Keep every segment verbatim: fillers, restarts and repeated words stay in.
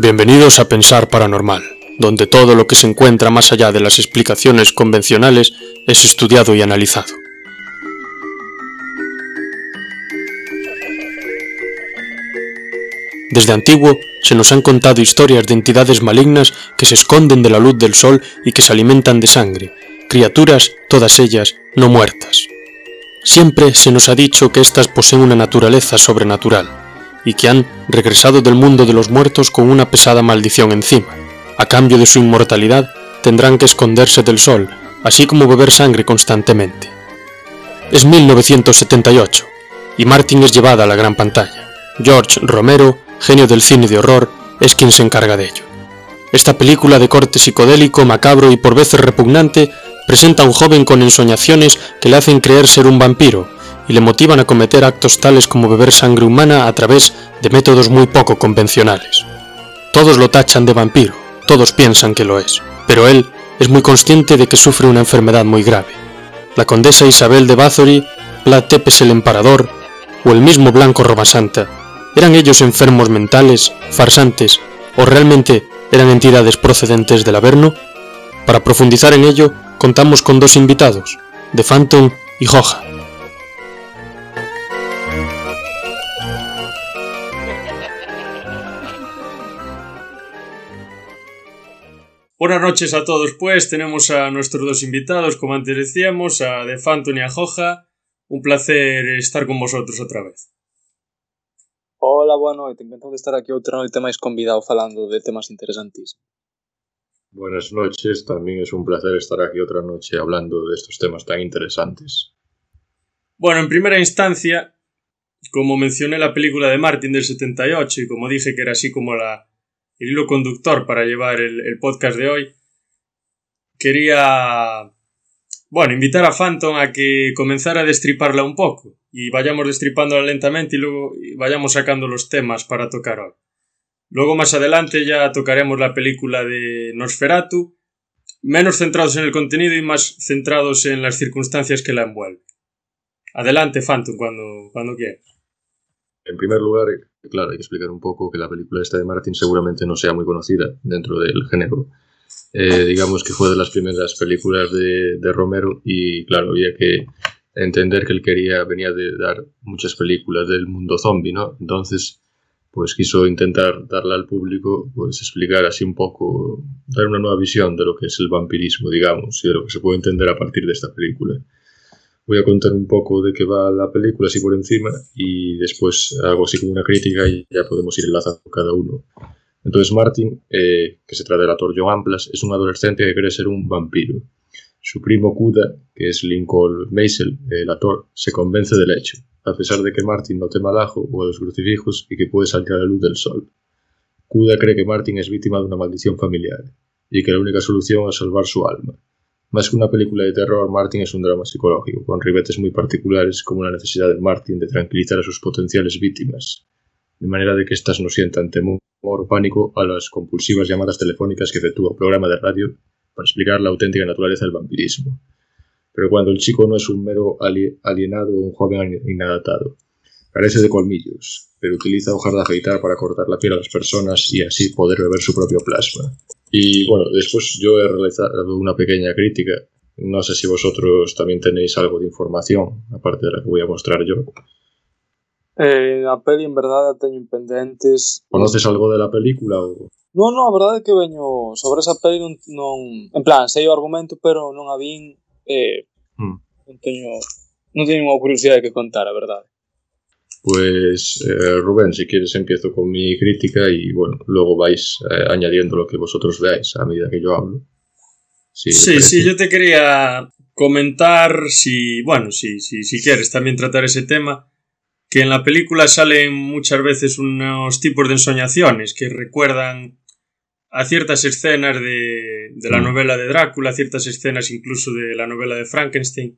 Bienvenidos a Pensar Paranormal, donde todo lo que se encuentra más allá de las explicaciones convencionales es estudiado y analizado. Desde antiguo se nos han contado historias de entidades malignas que se esconden de la luz del sol y que se alimentan de sangre, criaturas, todas ellas, no muertas. Siempre se nos ha dicho que éstas poseen una naturaleza sobrenatural, y que han regresado del mundo de los muertos con una pesada maldición encima. A cambio de su inmortalidad, tendrán que esconderse del sol, así como beber sangre constantemente. Es mil novecientos setenta y ocho, y Martin es llevada a la gran pantalla. George Romero, genio del cine de horror, es quien se encarga de ello. Esta película de corte psicodélico, macabro y por veces repugnante, presenta a un joven con ensoñaciones que le hacen creer ser un vampiro, y le motivan a cometer actos tales como beber sangre humana a través de métodos muy poco convencionales. Todos lo tachan de vampiro, todos piensan que lo es, pero él es muy consciente de que sufre una enfermedad muy grave. La condesa Isabel de Bathory, Vlad Tepes el Emparador o el mismo Blanco Robasanta, ¿eran ellos enfermos mentales, farsantes o realmente eran entidades procedentes del Averno? Para profundizar en ello, contamos con dos invitados, The Phantom y Joja. Buenas noches a todos, pues tenemos a nuestros dos invitados, como antes decíamos, a The Phantom y a Joja. Un placer estar con vosotros otra vez. Hola, boa noite, encantado de estar aquí outra noite máis convidado falando de temas interesantísimos. Buenas noches, también es un placer estar aquí otra noche hablando de estos temas tan interesantes. Bueno, en primera instancia, como mencioné la película de Martin del setenta y ocho y como dije que era así como la el hilo conductor para llevar el, el podcast de hoy, quería, bueno, invitar a Phantom a que comenzara a destriparla un poco y vayamos destripándola lentamente y luego vayamos sacando los temas para tocar hoy. Luego más adelante ya tocaremos la película de Nosferatu, menos centrados en el contenido y más centrados en las circunstancias que la envuelven. Adelante, Phantom, cuando, cuando quieras. En primer lugar, claro, hay que explicar un poco que la película esta de Martin seguramente no sea muy conocida dentro del género. Eh, digamos que fue de las primeras películas de, de Romero y, claro, había que entender que él quería, venía de dar muchas películas del mundo zombie, ¿no? Entonces, pues quiso intentar darle al público, pues explicar así un poco, dar una nueva visión de lo que es el vampirismo, digamos, y de lo que se puede entender a partir de esta película. Voy a contar un poco de qué va la película así por encima y después hago así como una crítica y ya podemos ir enlazando cada uno. Entonces Martin, eh, que se trata del actor John Amplas, es un adolescente que quiere ser un vampiro. Su primo Cuda, que es Lincoln Maisel, el actor, se convence del hecho, a pesar de que Martin no teme al ajo o a los crucifijos y que puede salir a la luz del sol. Cuda cree que Martin es víctima de una maldición familiar y que la única solución es salvar su alma. Más que una película de terror, Martin es un drama psicológico, con ribetes muy particulares como la necesidad de Martin de tranquilizar a sus potenciales víctimas, de manera de que éstas no sientan temor o pánico a las compulsivas llamadas telefónicas que efectúa un programa de radio para explicar la auténtica naturaleza del vampirismo. Pero cuando el chico no es un mero alienado o un joven inadaptado, carece de colmillos, pero utiliza hojas de afeitar para cortar la piel a las personas y así poder beber su propio plasma. Y bueno, después yo he realizado una pequeña crítica. No sé si vosotros también tenéis algo de información, aparte de la que voy a mostrar yo. Eh, a peli, en verdade, teño pendentes... ¿Conoces algo de la película? O... Non, non, a verdade é que veño sobre esa peli non... non en plan, sei o argumento, pero non a vin... Eh, hmm. Non teño... Non teño unha curiosidade que contar, a verdade. Pues eh, Rubén, si quieres empiezo con mi crítica y bueno, luego vais eh, añadiendo lo que vosotros veáis a medida que yo hablo. Sí, sí, sí, yo te quería comentar si, bueno, si, si, si quieres también tratar ese tema, que en la película salen muchas veces unos tipos de ensoñaciones que recuerdan a ciertas escenas de, de la novela de Drácula, ciertas escenas incluso de la novela de Frankenstein.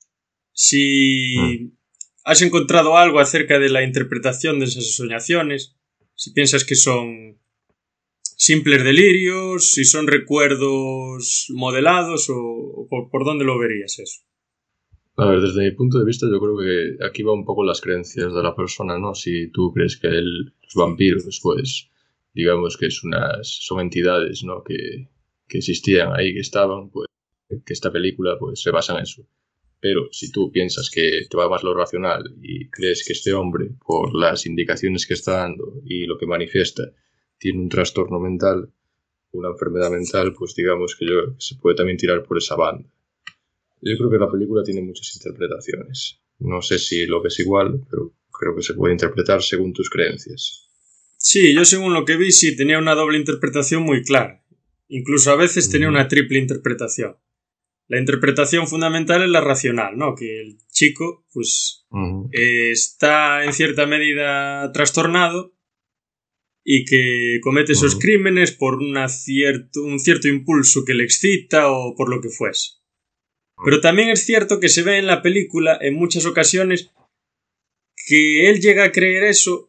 Si... Mm. ¿Has encontrado algo acerca de la interpretación de esas ensoñaciones? Si piensas que son simples delirios, si son recuerdos modelados o, o por, por dónde lo verías eso. A ver, desde mi punto de vista yo creo que aquí va un poco las creencias de la persona, ¿no? Si tú crees que el, los vampiros, pues, digamos que es unas, son entidades, ¿no? que, que existían ahí, que estaban, pues que esta película pues se basa en eso. Pero si tú piensas que te va más lo racional y crees que este hombre, por las indicaciones que está dando y lo que manifiesta, tiene un trastorno mental, una enfermedad mental, pues digamos que yo, se puede también tirar por esa banda. Yo creo que la película tiene muchas interpretaciones. No sé si lo ves igual, pero creo que se puede interpretar según tus creencias. Sí, yo según lo que vi, sí, tenía una doble interpretación muy clara. Incluso a veces tenía una triple interpretación. La interpretación fundamental es la racional, ¿no? Que el chico, pues, uh-huh. eh, está en cierta medida trastornado y que comete esos uh-huh. crímenes por una cierto, un cierto impulso que le excita o por lo que fuese. Uh-huh. Pero también es cierto que se ve en la película, en muchas ocasiones, que él llega a creer eso,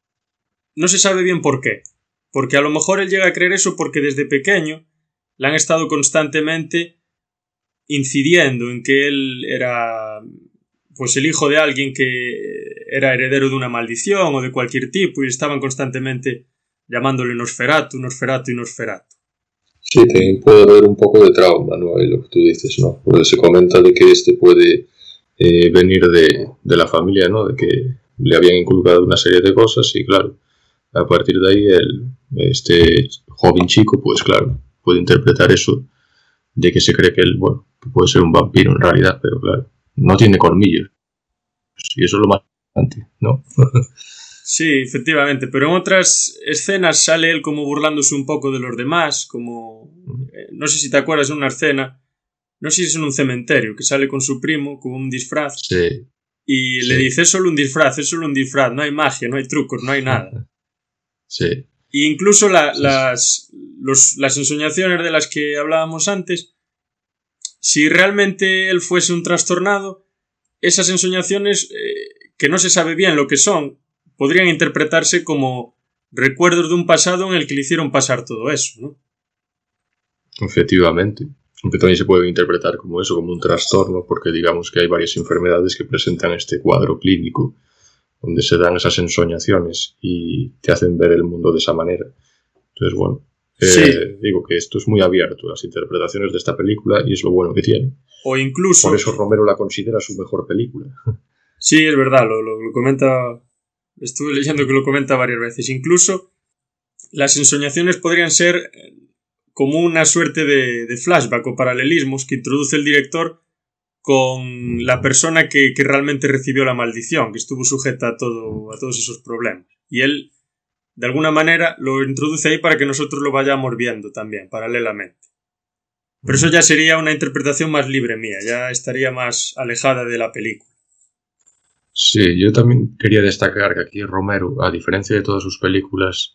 no se sabe bien por qué. Porque a lo mejor él llega a creer eso porque desde pequeño le han estado constantemente incidiendo en que él era pues el hijo de alguien que era heredero de una maldición o de cualquier tipo y estaban constantemente llamándole Nosferatu, Nosferatu y Nosferatu. Sí, también puede haber un poco de trauma, ¿no? Ahí lo que tú dices, ¿no? Porque se comenta de que este puede eh, venir de, de la familia, ¿no? De que le habían inculcado una serie de cosas y claro, a partir de ahí el, este joven chico, pues claro, puede interpretar eso de que se cree que él, bueno, que puede ser un vampiro en realidad, pero claro, no tiene colmillos. Y eso es lo más importante, ¿no? Sí, efectivamente, pero en otras escenas sale él como burlándose un poco de los demás, como... Eh, no sé si te acuerdas de una escena, no sé si es en un cementerio, que sale con su primo, con un disfraz, sí. y sí. le dice, es solo un disfraz, es solo un disfraz, no hay magia, no hay trucos, no hay nada. Sí. E incluso la, sí. las, los, las ensoñaciones de las que hablábamos antes, si realmente él fuese un trastornado, esas ensoñaciones, eh, que no se sabe bien lo que son, podrían interpretarse como recuerdos de un pasado en el que le hicieron pasar todo eso, ¿no? Efectivamente. Aunque también se puede interpretar como eso, como un trastorno, porque digamos que hay varias enfermedades que presentan este cuadro clínico, donde se dan esas ensoñaciones y te hacen ver el mundo de esa manera. Entonces, bueno, eh, sí. digo que esto es muy abierto, las interpretaciones de esta película, y es lo bueno que tiene. O incluso... Por eso Romero la considera su mejor película. Sí, es verdad, lo, lo, lo comenta... Estuve leyendo que lo comenta varias veces. Incluso las ensoñaciones podrían ser como una suerte de, de flashback o paralelismos que introduce el director con la persona que, que realmente recibió la maldición, que estuvo sujeta a, todo, a todos esos problemas. Y él, de alguna manera, lo introduce ahí para que nosotros lo vayamos viendo también, paralelamente. Pero eso ya sería una interpretación más libre mía, ya estaría más alejada de la película. Sí, yo también quería destacar que aquí Romero, a diferencia de todas sus películas,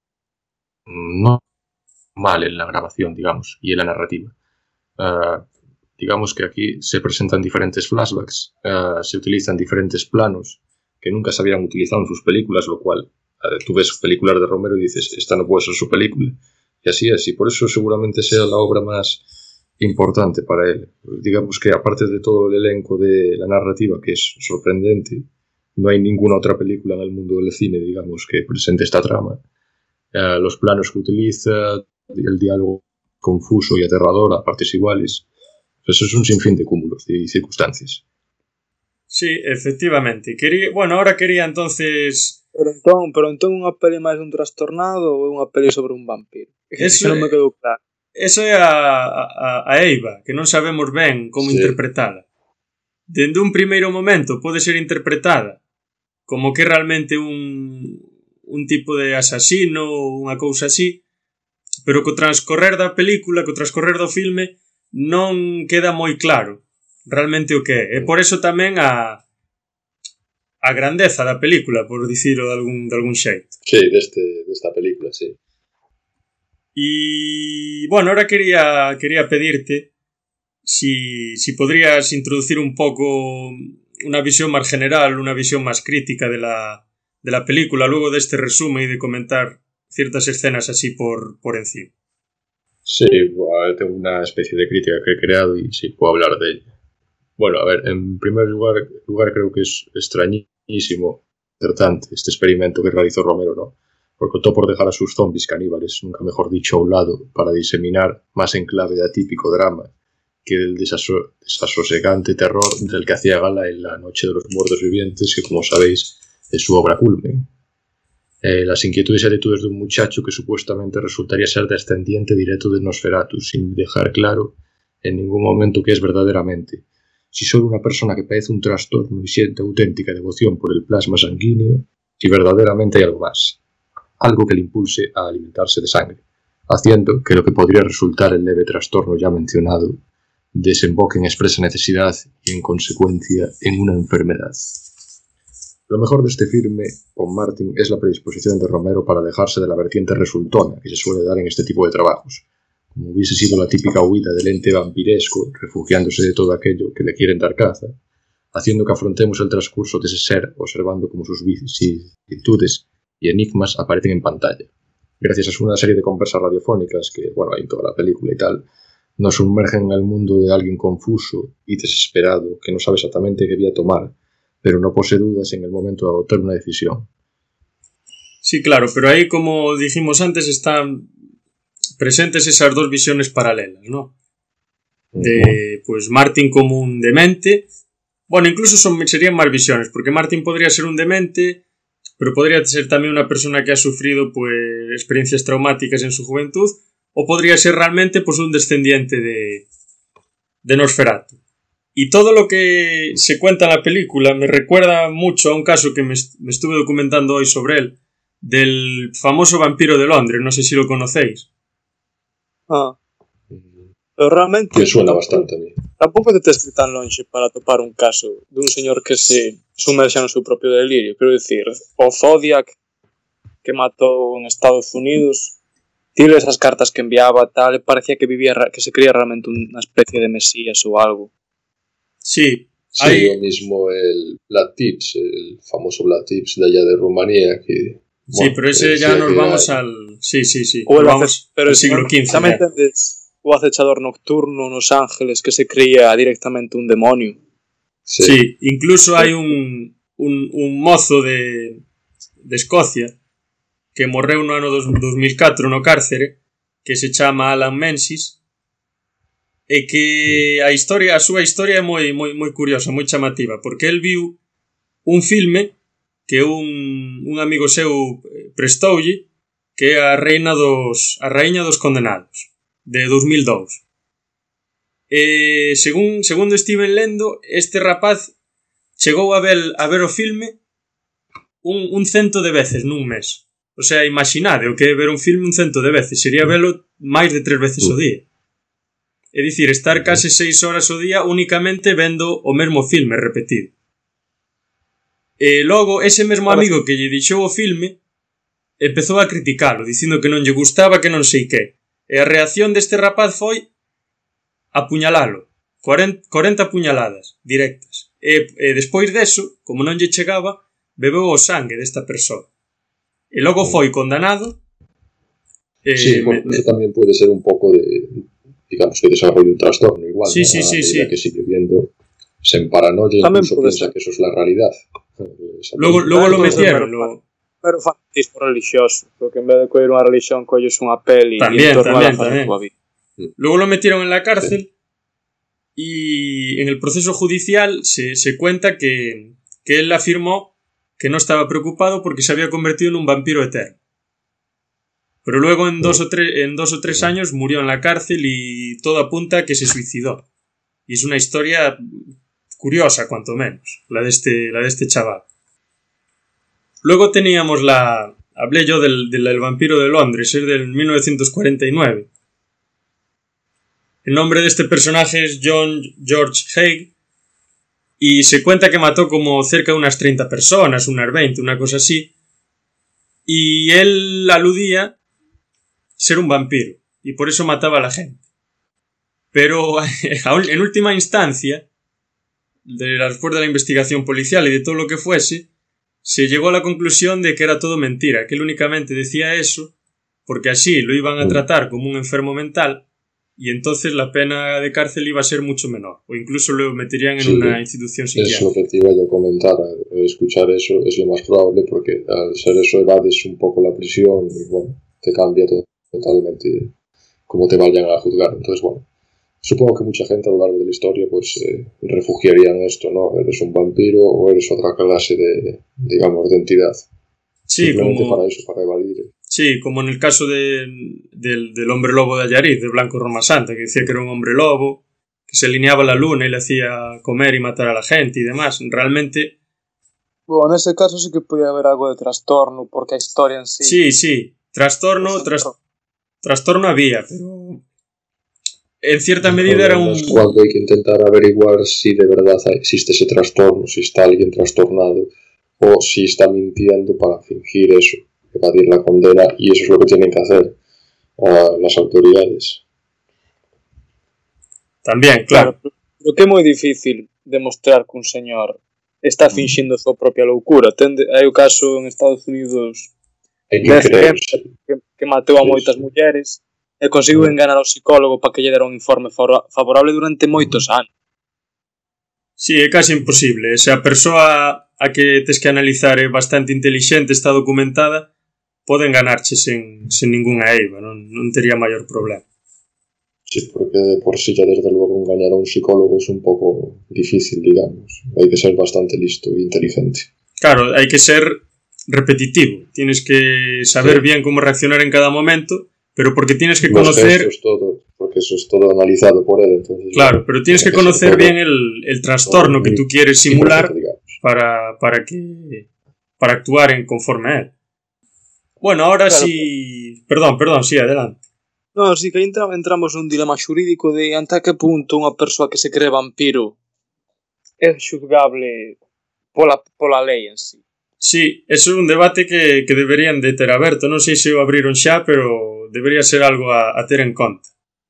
no mal en la grabación, digamos, y en la narrativa. Uh, digamos que aquí se presentan diferentes flashbacks, uh, se utilizan diferentes planos que nunca se habían utilizado en sus películas, lo cual uh, tú ves películas de Romero y dices, esta no puede ser su película. Y así es, y por eso seguramente sea la obra más importante para él. Digamos que aparte de todo el elenco de la narrativa, que es sorprendente, no hay ninguna otra película en el mundo del cine, digamos, que presente esta trama. Uh, los planos que utiliza, el diálogo confuso y aterrador a partes iguales, eso es un sinfín de cúmulos y circunstancias. Sí, efectivamente. Quería, bueno, ahora quería entonces... Pero entón, pero entón unha peli máis dun trastornado ou unha peli sobre un vampiro? Eso que non me quedou claro. Eso é a, a, a Eiva, que non sabemos ben como sí. interpretala. Dende un primeiro momento pode ser interpretada como que realmente un, un tipo de asasino ou unha cousa así, pero co transcorrer da película, co transcorrer do filme, non queda moi claro realmente o que é. E por eso tamén a a grandeza da película, por dicirlo de algún, de algún xeito. Sí, deste, desta película, sí. Y bueno, ahora quería, quería pedirte si, si podrías introducir un poco una visión más general, una visión más crítica de la, de la película, luego de este resumen y de comentar ciertas escenas así por, por encima. Sí, bueno, tengo una especie de crítica que he creado y sí, puedo hablar de ella. Bueno, a ver, en primer lugar, lugar creo que es extrañísimo, interesante, este experimento que realizó Romero, ¿no? porque optó por dejar a sus zombies caníbales, nunca mejor dicho, a un lado, para diseminar, más en clave de atípico drama, que el desaso desasosegante terror del que hacía gala en La Noche de los Muertos Vivientes, que como sabéis es su obra culmen. Eh, las inquietudes y actitudes de un muchacho que supuestamente resultaría ser descendiente directo de Nosferatu, sin dejar claro en ningún momento qué es verdaderamente. Si solo una persona que padece un trastorno y siente auténtica devoción por el plasma sanguíneo, si verdaderamente hay algo más, algo que le impulse a alimentarse de sangre, haciendo que lo que podría resultar el leve trastorno ya mencionado desemboque en expresa necesidad y, en consecuencia, en una enfermedad. Lo mejor de este filme con Martin es la predisposición de Romero para alejarse de la vertiente resultona que se suele dar en este tipo de trabajos, como hubiese sido la típica huida del ente vampiresco, refugiándose de todo aquello que le quieren dar caza, haciendo que afrontemos el transcurso de ese ser observando cómo sus vicisitudes y enigmas aparecen en pantalla. Gracias a una serie de conversas radiofónicas que, bueno, hay en toda la película y tal, nos sumergen en el mundo de alguien confuso y desesperado que no sabe exactamente qué vía tomar, pero no posee dudas en el momento de adoptar una decisión. Sí, claro, pero ahí, como dijimos antes, están presentes esas dos visiones paralelas, ¿no? De, pues, Martin como un demente. Bueno, incluso son, serían más visiones, porque Martin podría ser un demente, pero podría ser también una persona que ha sufrido, pues, experiencias traumáticas en su juventud, o podría ser realmente, pues, un descendiente de, de Nosferatu. Y todo lo que se cuenta en la película me recuerda mucho a un caso que me, est me estuve documentando hoy sobre él, del famoso vampiro de Londres, no sé si lo conocéis. Ah. Pero realmente... Me suena bastante a mí. Tampouco te tes que tan longe para topar un caso dun señor que se sumerxa no seu propio delirio. Quero dicir, o Zodiac, que matou en Estados Unidos, tiro esas cartas que enviaba, tal, parecía que vivía, que se creía realmente unha especie de mesías ou algo. Sí, sí, hay... lo mismo el Black Tips, el famoso Black Tips de allá de Rumanía, que... Sí, bueno, pero ese ya nos vamos hay... al... Sí, sí, sí, o nos vamos pero al siglo quince. Xa me entendes, o acechador nocturno nos Ángeles que se creía directamente un demonio. Sí, sí, incluso hai un, un, un mozo de, de Escocia que morreu no ano dos mil catro no cárcere, que se chama Alan Menzies, e que a historia, a súa historia é moi moi moi curiosa, moi chamativa, porque el viu un filme que un, un amigo seu prestoulle, que é a reina dos a raíña dos condenados, de dos mil dous. E según segundo estiven lendo, este rapaz chegou a ver a ver o filme un un cento de veces nun mes. O sea, imaginade o que é ver un filme un cento de veces, sería velo máis de tres veces ao día. É dicir, estar case seis horas ao día únicamente vendo o mesmo filme repetido. E logo, ese mesmo amigo que lle dixou o filme empezou a criticalo, dicindo que non lle gustaba, que non sei que. E a reacción deste rapaz foi apuñalalo. corenta puñaladas directas. E, e despois deso, como non lle chegaba, bebeu o sangue desta persoa. E logo foi condenado. Eh, sí, bueno, me, eso tamén pode ser un pouco de... digamos que desarrolla un trastorno igual, sí, ¿no? sí, sí, sí. Que sigue viendo, se emparanoia e incluso piensa ser. Que eso es la realidad. Luego, luego lo metieron. Lo... Pero fanatismo religioso, porque en vez de coger unha religión, colles unha peli también, y también, también. Luego lo metieron en la cárcel, sí. Y en el proceso judicial se, se cuenta que, que él afirmó que no estaba preocupado porque se había convertido en un vampiro eterno. Pero luego en dos, o tres, en dos o tres años murió en la cárcel y todo apunta a que se suicidó. Y es una historia curiosa, cuanto menos, la de este, la de este chaval. Luego teníamos la... Hablé yo del, del, del vampiro de Londres, es del mil novecientos cuarenta y nueve. El nombre de este personaje es John George Haig y se cuenta que mató como cerca de unas treinta personas, unas veinte, una cosa así. Y él aludía ser un vampiro y por eso mataba a la gente. Pero en última instancia, después de la investigación policial y de todo lo que fuese, se llegó a la conclusión de que era todo mentira, que él únicamente decía eso porque así lo iban a tratar como un enfermo mental y entonces la pena de cárcel iba a ser mucho menor o incluso lo meterían en sí, una institución psiquiátrica. Es lo que te iba a comentar, escuchar eso es lo más probable, porque al ser eso evades un poco la prisión y bueno, te cambia todo, totalmente cómo te vayan a juzgar. Entonces, bueno, supongo que mucha gente a lo largo de la historia pues eh, refugiaría en esto, ¿no? Eres un vampiro o eres otra clase de, digamos, de entidad. Sí, simplemente como, para eso, para evadir. Sí, como en el caso de, del, del hombre lobo de Allariz, de Blanco Roma Santa, que decía que era un hombre lobo, que se alineaba a la luna y le hacía comer y matar a la gente y demás. Realmente... Bueno, en ese caso sí que podía haber algo de trastorno, porque la historia en sí... Sí, sí, trastorno, tras, trastorno había, pero... En cierta medida era un... Cuando hay que intentar averiguar si de verdad existe ese trastorno, si está alguien trastornado, o si está mintiendo para fingir eso, evadir la condena, y eso es lo que tienen que hacer uh, las autoridades. También, claro. claro. Lo que é moi difícil demostrar que un señor está fingindo a súa propia loucura. Tende, hai o caso en Estados Unidos de gente que, que matou a moitas sí, mulleres e conseguiu sí. enganar ao psicólogo para que lle dera un informe favorable durante moitos anos. Sí, é casi imposible. Se a persoa a que tes que analizar é bastante inteligente, está documentada, pode enganarche sen, sen ningunha eiva, non, non tería maior problema. Sí, porque por si ya desde luego engañar a un psicólogo es un poco difícil, digamos. Hay que ser bastante listo e inteligente. Claro, hay que ser repetitivo. Tienes que saber sí. bien cómo reaccionar en cada momento, pero porque tienes que Los conocer... gestos, todo, porque eso es todo analizado por él. Entonces, claro, pero tienes que, que conocer bien el, el trastorno que tú quieres simular para, para, que, para actuar en conforme a él. Bueno, ahora claro, sí... Perdón, perdón, sí, adelante. No, sí que entra, entramos nun dilema xurídico de ante que punto unha persoa que se cree vampiro é xuzgable pola, pola lei en sí. Sí, eso é un debate que, que deberían de ter aberto. Non sei se o abriron xa, pero debería ser algo a, a ter en conta.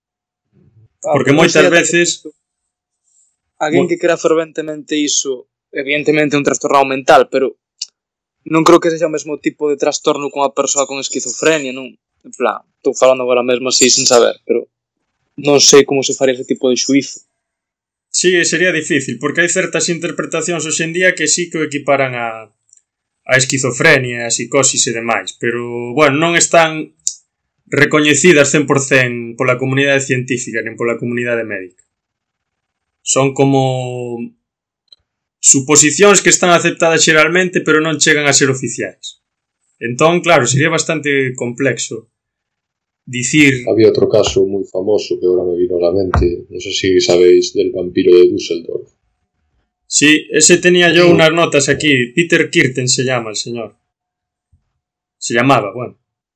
Ah, porque moitas veces... Alguén que crea ferventemente iso, evidentemente é un trastorno mental, pero non creo que sexa o mesmo tipo de trastorno con a persoa con esquizofrenia, non? En plan, estou falando agora mesmo así sin saber, pero non sei como se faría ese tipo de xuízo. Sí, sería difícil, porque hai certas interpretacións hoxe en día que sí que o equiparan a, a esquizofrenia, a psicosis e demais, pero, bueno, non están recoñecidas cen por cen pola comunidade científica nin pola comunidade médica. Son como suposicións que están aceptadas xeralmente, pero non chegan a ser oficiais. Entón, claro, sería bastante complexo dicir... Había outro caso moi famoso que agora me vino a la mente, non sei se sabéis del vampiro de Düsseldorf. Sí, ese tenía yo unas notas aquí. Peter Kirten se llama el señor. Se llamaba, bueno.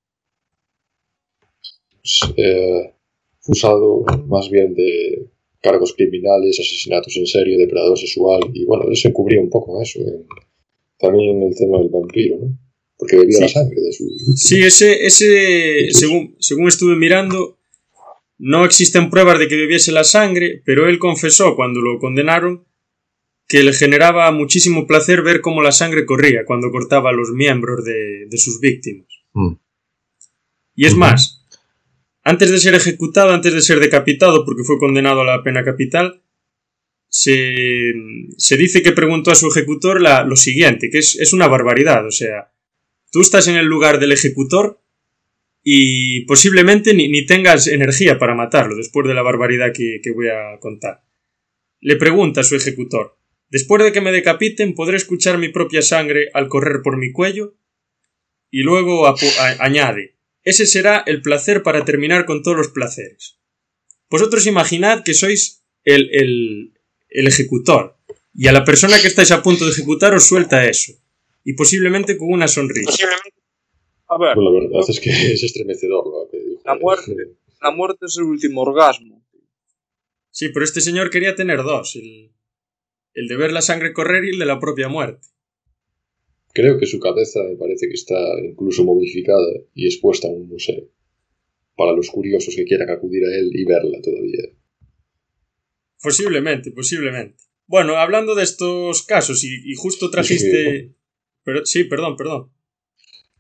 Pues, eh, acusado más bien de cargos criminales, asesinatos en serie, depredador sexual, y bueno, él se cubría un poco en eso, en, también en el tema del vampiro, ¿no? Porque bebía sí. la sangre de su víctima. Sí, ese, ese según, según estuve mirando, no existen pruebas de que bebiese la sangre, pero él confesó cuando lo condenaron que le generaba muchísimo placer ver cómo la sangre corría cuando cortaba los miembros de, de sus víctimas. Mm. Y es mm-hmm. más, antes de ser ejecutado, antes de ser decapitado, porque fue condenado a la pena capital, se, se dice que preguntó a su ejecutor la, lo siguiente, que es, es una barbaridad, o sea... Tú estás en el lugar del ejecutor y posiblemente ni, ni tengas energía para matarlo después de la barbaridad que, que voy a contar. Le pregunta a su ejecutor: después de que me decapiten, ¿podré escuchar mi propia sangre al correr por mi cuello? Y luego a, a, añade: ese será el placer para terminar con todos los placeres. Vosotros imaginad que sois el, el, el ejecutor y a la persona que estáis a punto de ejecutar os suelta eso. Y posiblemente con una sonrisa. A ver, bueno, la verdad es que es estremecedor lo que dijo. La muerte, la muerte es el último orgasmo. Sí, pero este señor quería tener dos: el, el de ver la sangre correr y el de la propia muerte. Creo que su cabeza me parece que está incluso momificada y expuesta en un museo, para los curiosos que quieran acudir a él y verla todavía. Posiblemente, posiblemente. Bueno, hablando de estos casos, y, y justo trajiste... Es que... Pero, sí, perdón, perdón.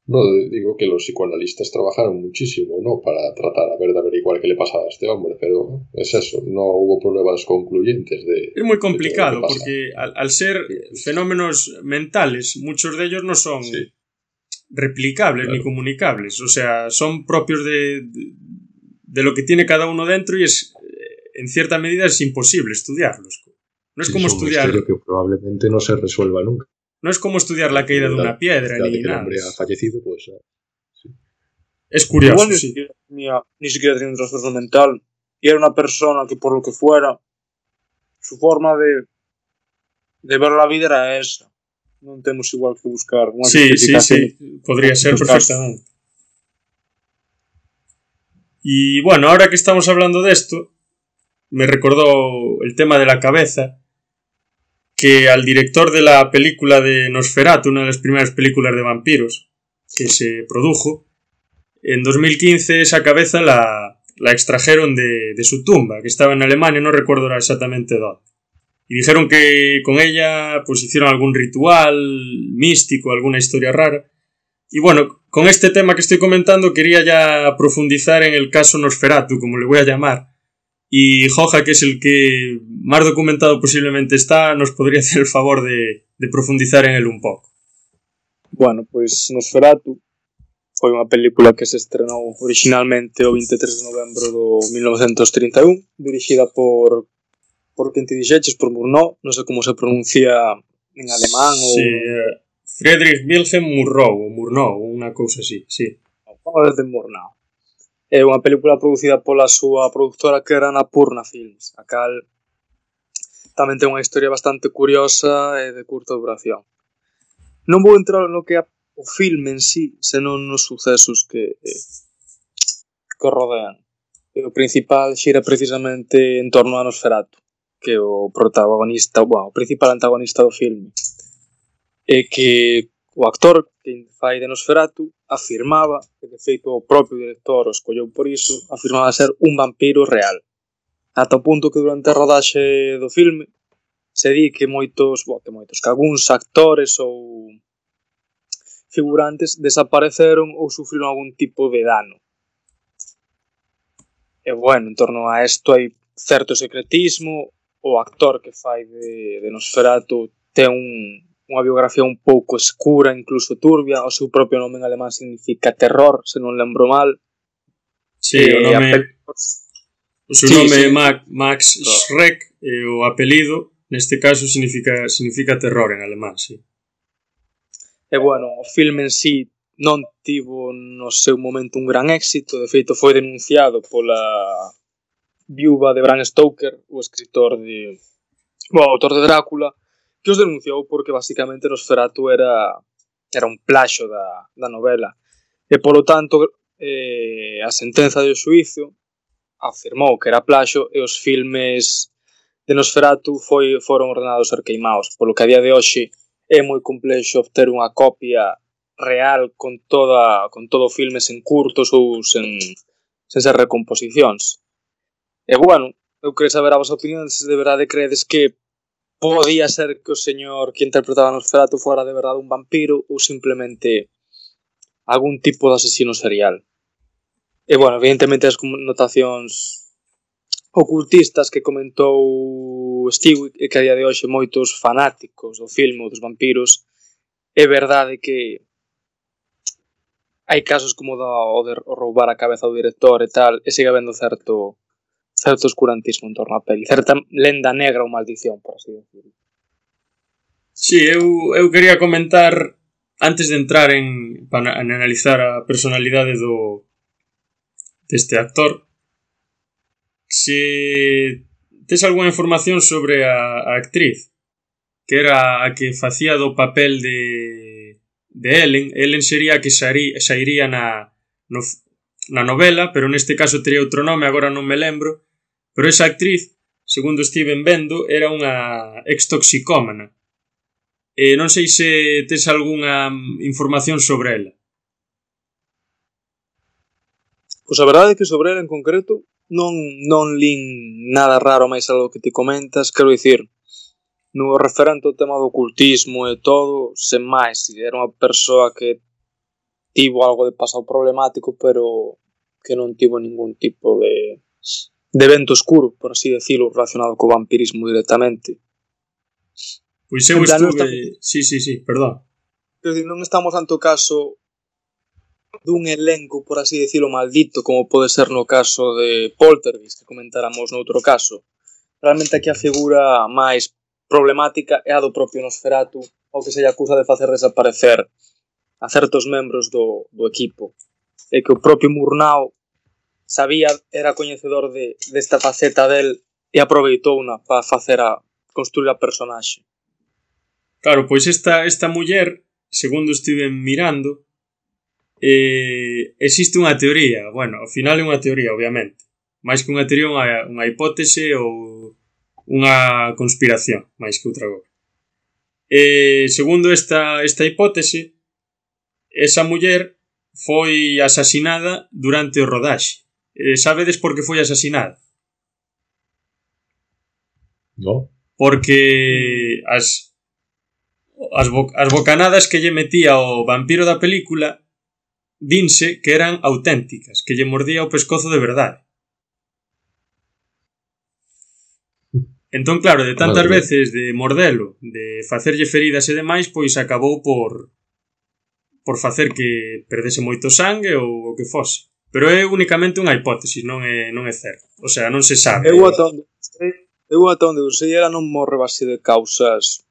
No, digo que los psicoanalistas trabajaron muchísimo, ¿no? Para tratar a ver de averiguar qué le pasaba a este hombre, pero es eso, no hubo pruebas concluyentes de... Es muy complicado, porque al, al ser fenómenos mentales, muchos de ellos no son sí. replicables claro. ni comunicables, o sea, son propios de, de, de lo que tiene cada uno dentro y es, en cierta medida, es imposible estudiarlos. No es sí, como es un estudiar... misterio que probablemente no se resuelva nunca. No es como estudiar la caída de una piedra ni ni que nada. El hombre ha fallecido, pues... Sí. Es curioso, Igual sí. Ni, tenía, ni siquiera tenía un trastorno mental. Y era una persona que, por lo que fuera, su forma de, de ver la vida era esa. No tenemos igual que buscar una Sí, sí, sí. Podría ser perfectamente. Y bueno, ahora que estamos hablando de esto, me recordó el tema de la cabeza, que al director de la película de Nosferatu, una de las primeras películas de vampiros que se produjo, en dos mil quince esa cabeza la, la extrajeron de, de su tumba, que estaba en Alemania, no recuerdo exactamente dónde. Y dijeron que con ella pues hicieron algún ritual místico, alguna historia rara. Y bueno, con este tema que estoy comentando quería ya profundizar en el caso Nosferatu, como le voy a llamar. Y Joja, que es el que más documentado posiblemente está, nos podría hacer el favor de, de profundizar en él un pouco. Bueno, pois Nosferatu foi unha película que se estrenou originalmente o veintitrés de novembro do mil novecientos trinta e un, dirixida por por quen te dixeches, por Murnau, non sei como se pronuncia en alemán ou... Sí, uh, Friedrich Wilhelm Murnau, ou Murnau, unha cousa así, sí. Vamos desde Murnau. É unha película producida pola súa productora que era Annapurna Films, a cal tamén ten unha historia bastante curiosa e de curta duración. Non vou entrar no que é o filme en sí, senón nos sucesos que, eh, que o rodean. E o principal xira precisamente en torno a Nosferatu, que é o protagonista, bueno, o principal antagonista do filme. E que o actor que fai de Nosferatu afirmaba, que de feito o propio director o escolleu por iso, afirmaba ser un vampiro real. Ata o punto que durante a rodaxe do filme se di que moitos, bo, que moitos, que algúns actores ou figurantes desapareceron ou sufriron algún tipo de dano. E bueno, en torno a isto hai certo secretismo. O actor que fai de, de Nosferatu ten un, unha biografía un pouco escura, incluso turbia. O seu propio nome en alemán significa terror, se non lembro mal. Sí, e o nome... Apel... O seu sí, nome é sí. Max, Max Schreck, e o apelido, neste caso, significa, significa terror en alemán, sí. E bueno, o filme en sí non tivo no seu momento un gran éxito. De feito, foi denunciado pola viúva de Bram Stoker, o escritor de... o autor de Drácula, que os denunciou porque basicamente Nosferatu era era un plaxo da, da novela. E, polo tanto, eh, a sentenza de xuízo afirmou que era plaxo e os filmes de Nosferatu foi, foron ordenados ser queimados, polo que a día de hoxe é moi complexo obter unha copia real con toda con todo filmes en curtos ou sen, sen ser recomposicións. E bueno, eu queria saber a vosa opinión se de verdade credes que podía ser que o señor que interpretaba Nosferatu fora de verdade un vampiro ou simplemente algún tipo de asesino serial. E bueno, evidentemente as connotacións ocultistas que comentou Stewick e que a día de hoxe moitos fanáticos do filme ou dos vampiros, é verdade que hai casos como o de roubar a cabeza do director e tal, e sigue habendo certo certo oscurantismo en torno á peli, certa lenda negra ou maldición, por así decirlo. Sí, eu, eu quería comentar, antes de entrar en, para, en analizar a personalidade do deste actor, se tes algunha información sobre a, a actriz, que era a que facía do papel de, de Ellen. Ellen sería a que sairía na, no, na novela, pero neste caso tería outro nome, agora non me lembro. Pero esa actriz, segundo estiven vendo, era unha ex-toxicómana. E non sei se tes algunha información sobre ela. Pois a verdade é que sobre ela en concreto non, non lin nada raro máis algo que te comentas. Quero dicir, no referente ao tema do ocultismo e todo, sen máis, era unha persoa que tivo algo de pasado problemático, pero que non tivo ningún tipo de, de evento oscuro, por así decirlo, relacionado co vampirismo directamente. Pois eu estuve... Sí, sí, sí, perdón. Pero non estamos ante o caso dun elenco, por así decirlo, maldito, como pode ser no caso de Poltergeist, que comentáramos noutro caso. Realmente aquí a figura máis problemática é a do propio Nosferatu, o que se lle acusa de facer desaparecer a certos membros do, do equipo. E que o propio Murnau sabía, era coñecedor de, desta faceta del e aproveitouna para facer a construir a personaxe. Claro, pois esta, esta muller, segundo estive mirando, eh, existe unha teoría. Bueno, ao final é unha teoría, obviamente. máis que unha teoría, unha, unha hipótese ou unha conspiración, máis que outra cosa. E, segundo esta, esta hipótese, esa muller foi asasinada durante o rodaxe. E, sabedes por que foi asasinada? No. Porque as, as, bo, as bocanadas que lle metía o vampiro da película dinse que eran auténticas, que lle mordía o pescozo de verdade. Entón, claro, de tantas Madre veces de mordelo, de facerlle feridas e demais, pois acabou por por facer que perdese moito sangue ou o que fose. Pero é únicamente unha hipótesis, non é, non é certo. O sea, non se sabe. Eu ata onde sei, eu ata onde sei, ela non morre base de causas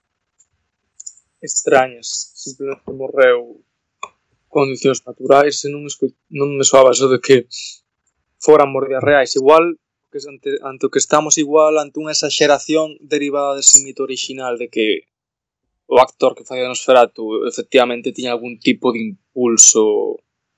extrañas. Simplemente morreu condicións naturais e non, escu... non me soaba eso de que foran mordidas reais. Igual que ante, ante o que estamos igual ante unha exageración derivada dese mito original de que o actor que facía Nosferatu efectivamente tiña algún tipo de impulso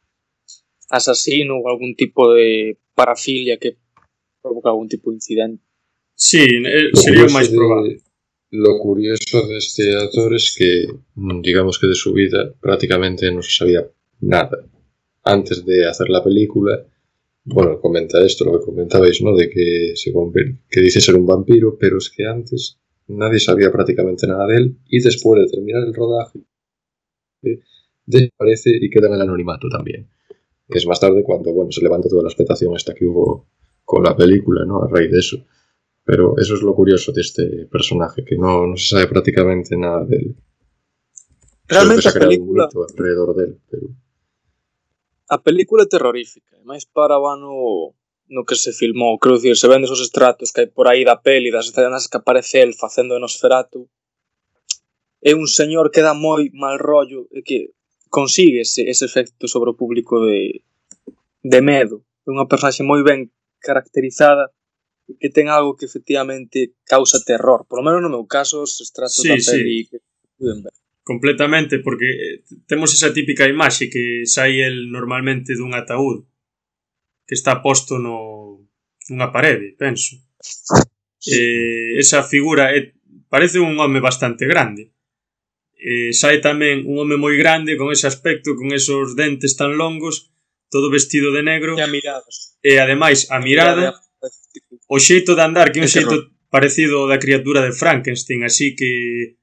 asasino ou algún tipo de parafilia que provoca algún tipo de incidente. Sí, sería o máis probable. Lo curioso deste actor es que, digamos que de su vida prácticamente no se sabía nada. Antes de hacer la película, bueno, comenta esto, lo que comentabais, ¿no? De que se que dice ser un vampiro, pero es que antes nadie sabía prácticamente nada de él y después de terminar el rodaje eh, desaparece y queda en el anonimato también. Es más tarde cuando, bueno, se levanta toda la expectación esta que hubo con la película, ¿no? A raíz de eso. Pero eso es lo curioso de este personaje, que no, no se sabe prácticamente nada de él. Realmente a película... Un mito alrededor de él, pero... A película é terrorífica, e máis para o ano no que se filmou, quero dicir, se vendes os estratos que hai por aí da peli, das escenas que aparece el facendo de Nosferatu, é un señor que dá moi mal rollo e que consigue ese, ese efecto sobre o público de, de medo. É unha personaxe moi ben caracterizada e que ten algo que efectivamente causa terror. Por lo menos no meu caso, os estratos sí, da peli sí. que puden ver. Completamente, porque temos esa típica imaxe que sai el normalmente dun ataúd que está posto no nunha parede, penso. Sí. Eh, esa figura é, parece un home bastante grande. Eh, sai tamén un home moi grande con ese aspecto, con esos dentes tan longos, todo vestido de negro. E a mirada. E ademais, a mirada, o xeito de andar, que é un xeito parecido da criatura de Frankenstein, así que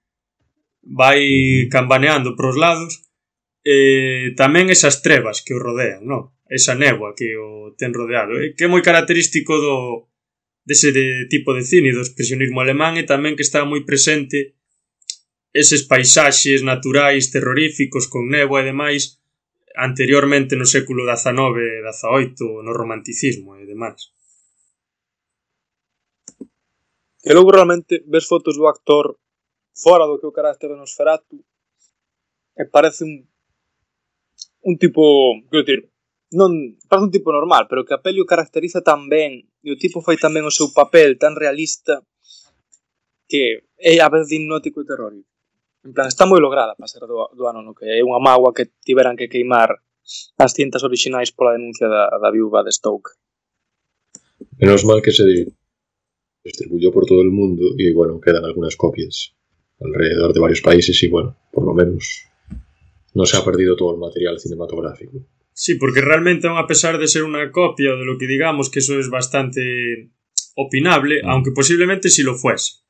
vai cambaneando pros lados, e tamén esas trevas que o rodean, no? Esa néboa que o ten rodeado, e que é moi característico do dese de tipo de cine, do expresionismo alemán, e tamén que está moi presente eses paisaxes naturais terroríficos con néboa e demais anteriormente no século dezanove e dezaoito, no romanticismo e demais. E logo realmente ves fotos do actor fora do que o carácter de Nosferatu e parece un un tipo, quero dicir, non parece un tipo normal, pero que a peli o caracteriza tan ben e o tipo fai tamén o seu papel tan realista que é a vez hipnótico e terrorífico. En plan, está moi lograda para ser do, do ano no que é unha mágoa que tiveran que queimar as cintas orixinais pola denuncia da, da viúva de Stoke. Menos mal que se distribuyó por todo el mundo y bueno, quedan algunas copias alrededor de varios países y bueno, por lo menos no se ha perdido todo el material cinematográfico. Sí, porque realmente aun a pesar de ser una copia de lo que digamos que eso es bastante opinable, mm. aunque posiblemente si lo fuese.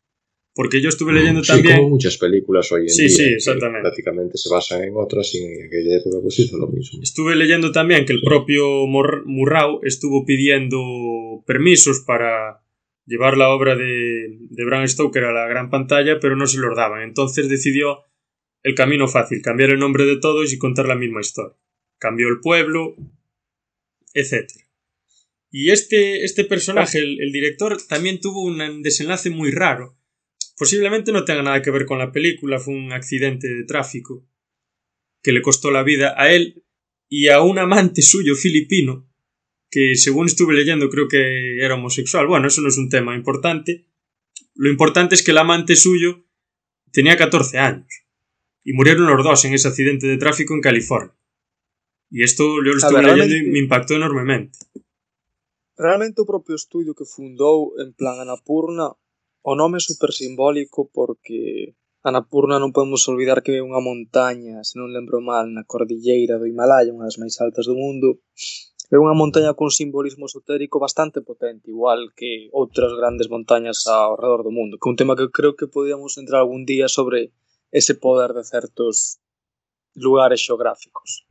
Porque yo estuve leyendo sí, también... como muchas películas hoy en sí, día, sí, que exactamente. prácticamente se basan en otras y en aquella época pues hizo lo mismo. Estuve leyendo también que el propio Murnau estuvo pidiendo permisos para llevar la obra de, de Bram Stoker a la gran pantalla, pero no se los daban. Entonces decidió el camino fácil, cambiar el nombre de todos y contar la misma historia. Cambió el pueblo, etcétera. Y este, este personaje, el, el director, también tuvo un desenlace muy raro. Posiblemente no tenga nada que ver con la película, fue un accidente de tráfico que le costó la vida a él y a un amante suyo filipino, que según estuve leyendo creo que era homosexual. Bueno, eso no es un tema importante. Lo importante es que el amante suyo tenía catorce años y murieron los dos en ese accidente de tráfico en California. Y esto yo lo estuve ver, leyendo y me impactó enormemente. Realmente o propio estudio que fundou en plan Annapurna, o nome é super simbólico porque Annapurna non podemos olvidar que é unha montaña, se non lembro mal, na cordilleira do Himalaya, unha das máis altas do mundo. É unha montaña con simbolismo esotérico bastante potente, igual que outras grandes montañas ao redor do mundo, que é un tema que creo que podíamos entrar algún día sobre ese poder de certos lugares xeográficos.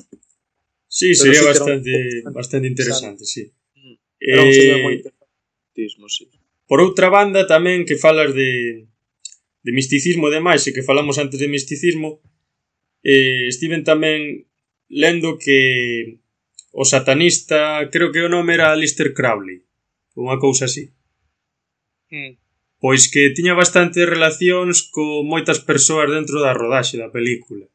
Sí, pero sería sí bastante, un... bastante interesante, sí. Era un eh... moi interesantísimo, sí. Por outra banda, tamén que falas de, de misticismo e demais, e que falamos antes de misticismo, eh, estiven tamén lendo que o satanista, creo que o nome era Aleister Crowley, unha cousa así. Mm. Pois que tiña bastantes relacións con moitas persoas dentro da rodaxe da película.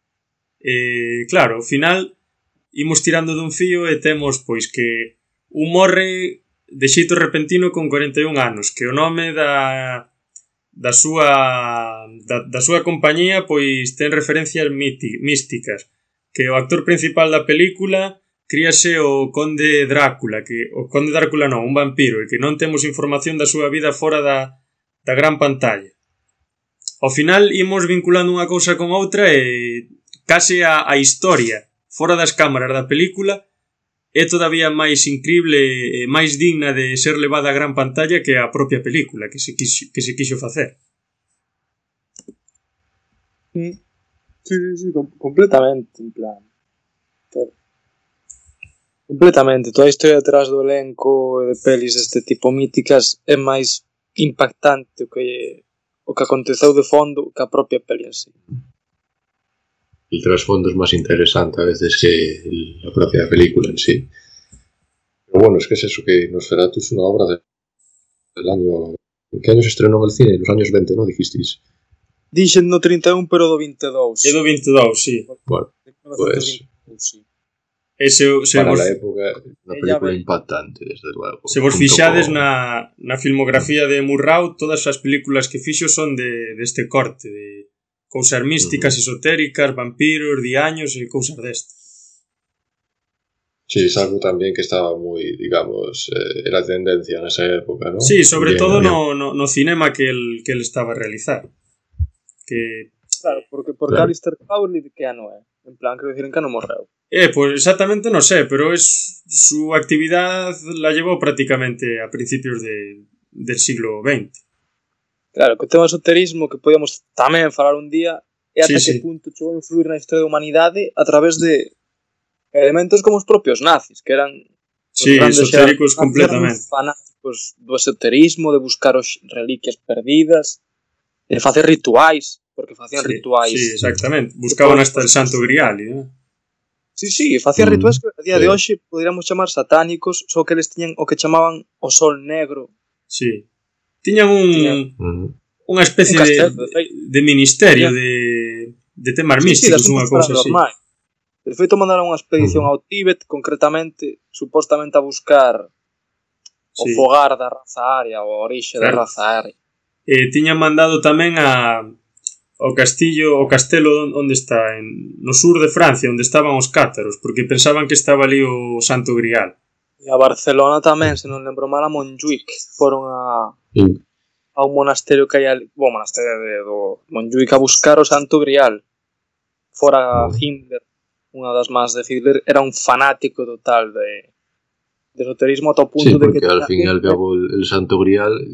Eh, claro, ao final imos tirando dun fío e temos pois que un morre de xeito repentino con cuarenta e un anos, que o nome da da súa da, da súa compañía pois ten referencias míti, místicas, que o actor principal da película críase o conde Drácula, que o conde Drácula non, un vampiro, e que non temos información da súa vida fora da, da gran pantalla. Ao final imos vinculando unha cousa con outra e case a, a historia fora das cámaras da película é todavía máis increíble e máis digna de ser levada á gran pantalla que a propia película que se quixo, que se quixo facer. Sí, sí, sí, completamente, en plan. Pero... completamente, toda a historia detrás do elenco e de pelis deste tipo míticas é máis impactante o que o que aconteceu de fondo que a propia peli en sí. El trasfondo es más interesante a veces que el, la propia película en sí. Pero bueno, es que es eso, que Nosferatu es una obra de, del año... ¿En qué año se estrenó en el cine? En los años veinte, ¿no? Dijisteis. Dixen no treinta e un, pero do vinte e dous. É do vinte e dous, sí. Bueno, pues... sí. Ese, se para vos, la época, una película impactante, desde luego. Se vos fixades con... na, na filmografía de Murnau, todas as películas que fixo son de deste de corte, de... cousas místicas, uh-huh. esotéricas, vampiros, diaños e cousas destas. Sí, es algo también que estaba muy, digamos, eh, era tendencia en esa época, ¿no? Sí, sobre bien, todo bien. No, no, no cinema que él, que él estaba a realizar. Que... Claro, porque por claro. Aleister Crowley que ano é? En plan, quero dicir, en que non morreu? Eh, pues exactamente no sé, pero es su actividad la llevó prácticamente a principios de, del siglo veinte. Claro, que o tema esoterismo que podíamos tamén falar un día é ata sí, que sí. punto chegou a influir na historia da humanidade a través de elementos como os propios nazis, que eran sí, esotéricos completamente fanáticos do esoterismo, de buscar os reliquias perdidas, de facer rituais, porque facían sí, rituais. Sí, exactamente, buscaban hasta el Santo Grial, ¿no? Sí, sí, facían mm, rituais que a día sí. de hoxe poderíamos chamar satánicos, só que eles tiñan o que chamaban o sol negro. Sí. Tiñan un Tiñan, unha especie un castelo, de, de ministerio Tiñan, de, de temas sí, místicos, sí, unha cousa así. De feito, mandaron unha expedición ao Tíbet, concretamente, supostamente a buscar sí. o fogar da raza aria, ou a orixe claro. da raza aria. E tiñan mandado tamén a o castillo, o castelo onde está, en, no sur de Francia, onde estaban os cátaros, porque pensaban que estaba ali o Santo Grial. E a Barcelona tamén, se non lembro mal, a Montjuïc, foron a, sí. a un monasterio que hai ali, o monasterio de, do Montjuïc a buscar o Santo Grial. Fora Himmler, unha das más de Hitler, era un fanático total de, de esoterismo ata o punto sí, de que... Sí, porque al fin e al cabo el, el Santo Grial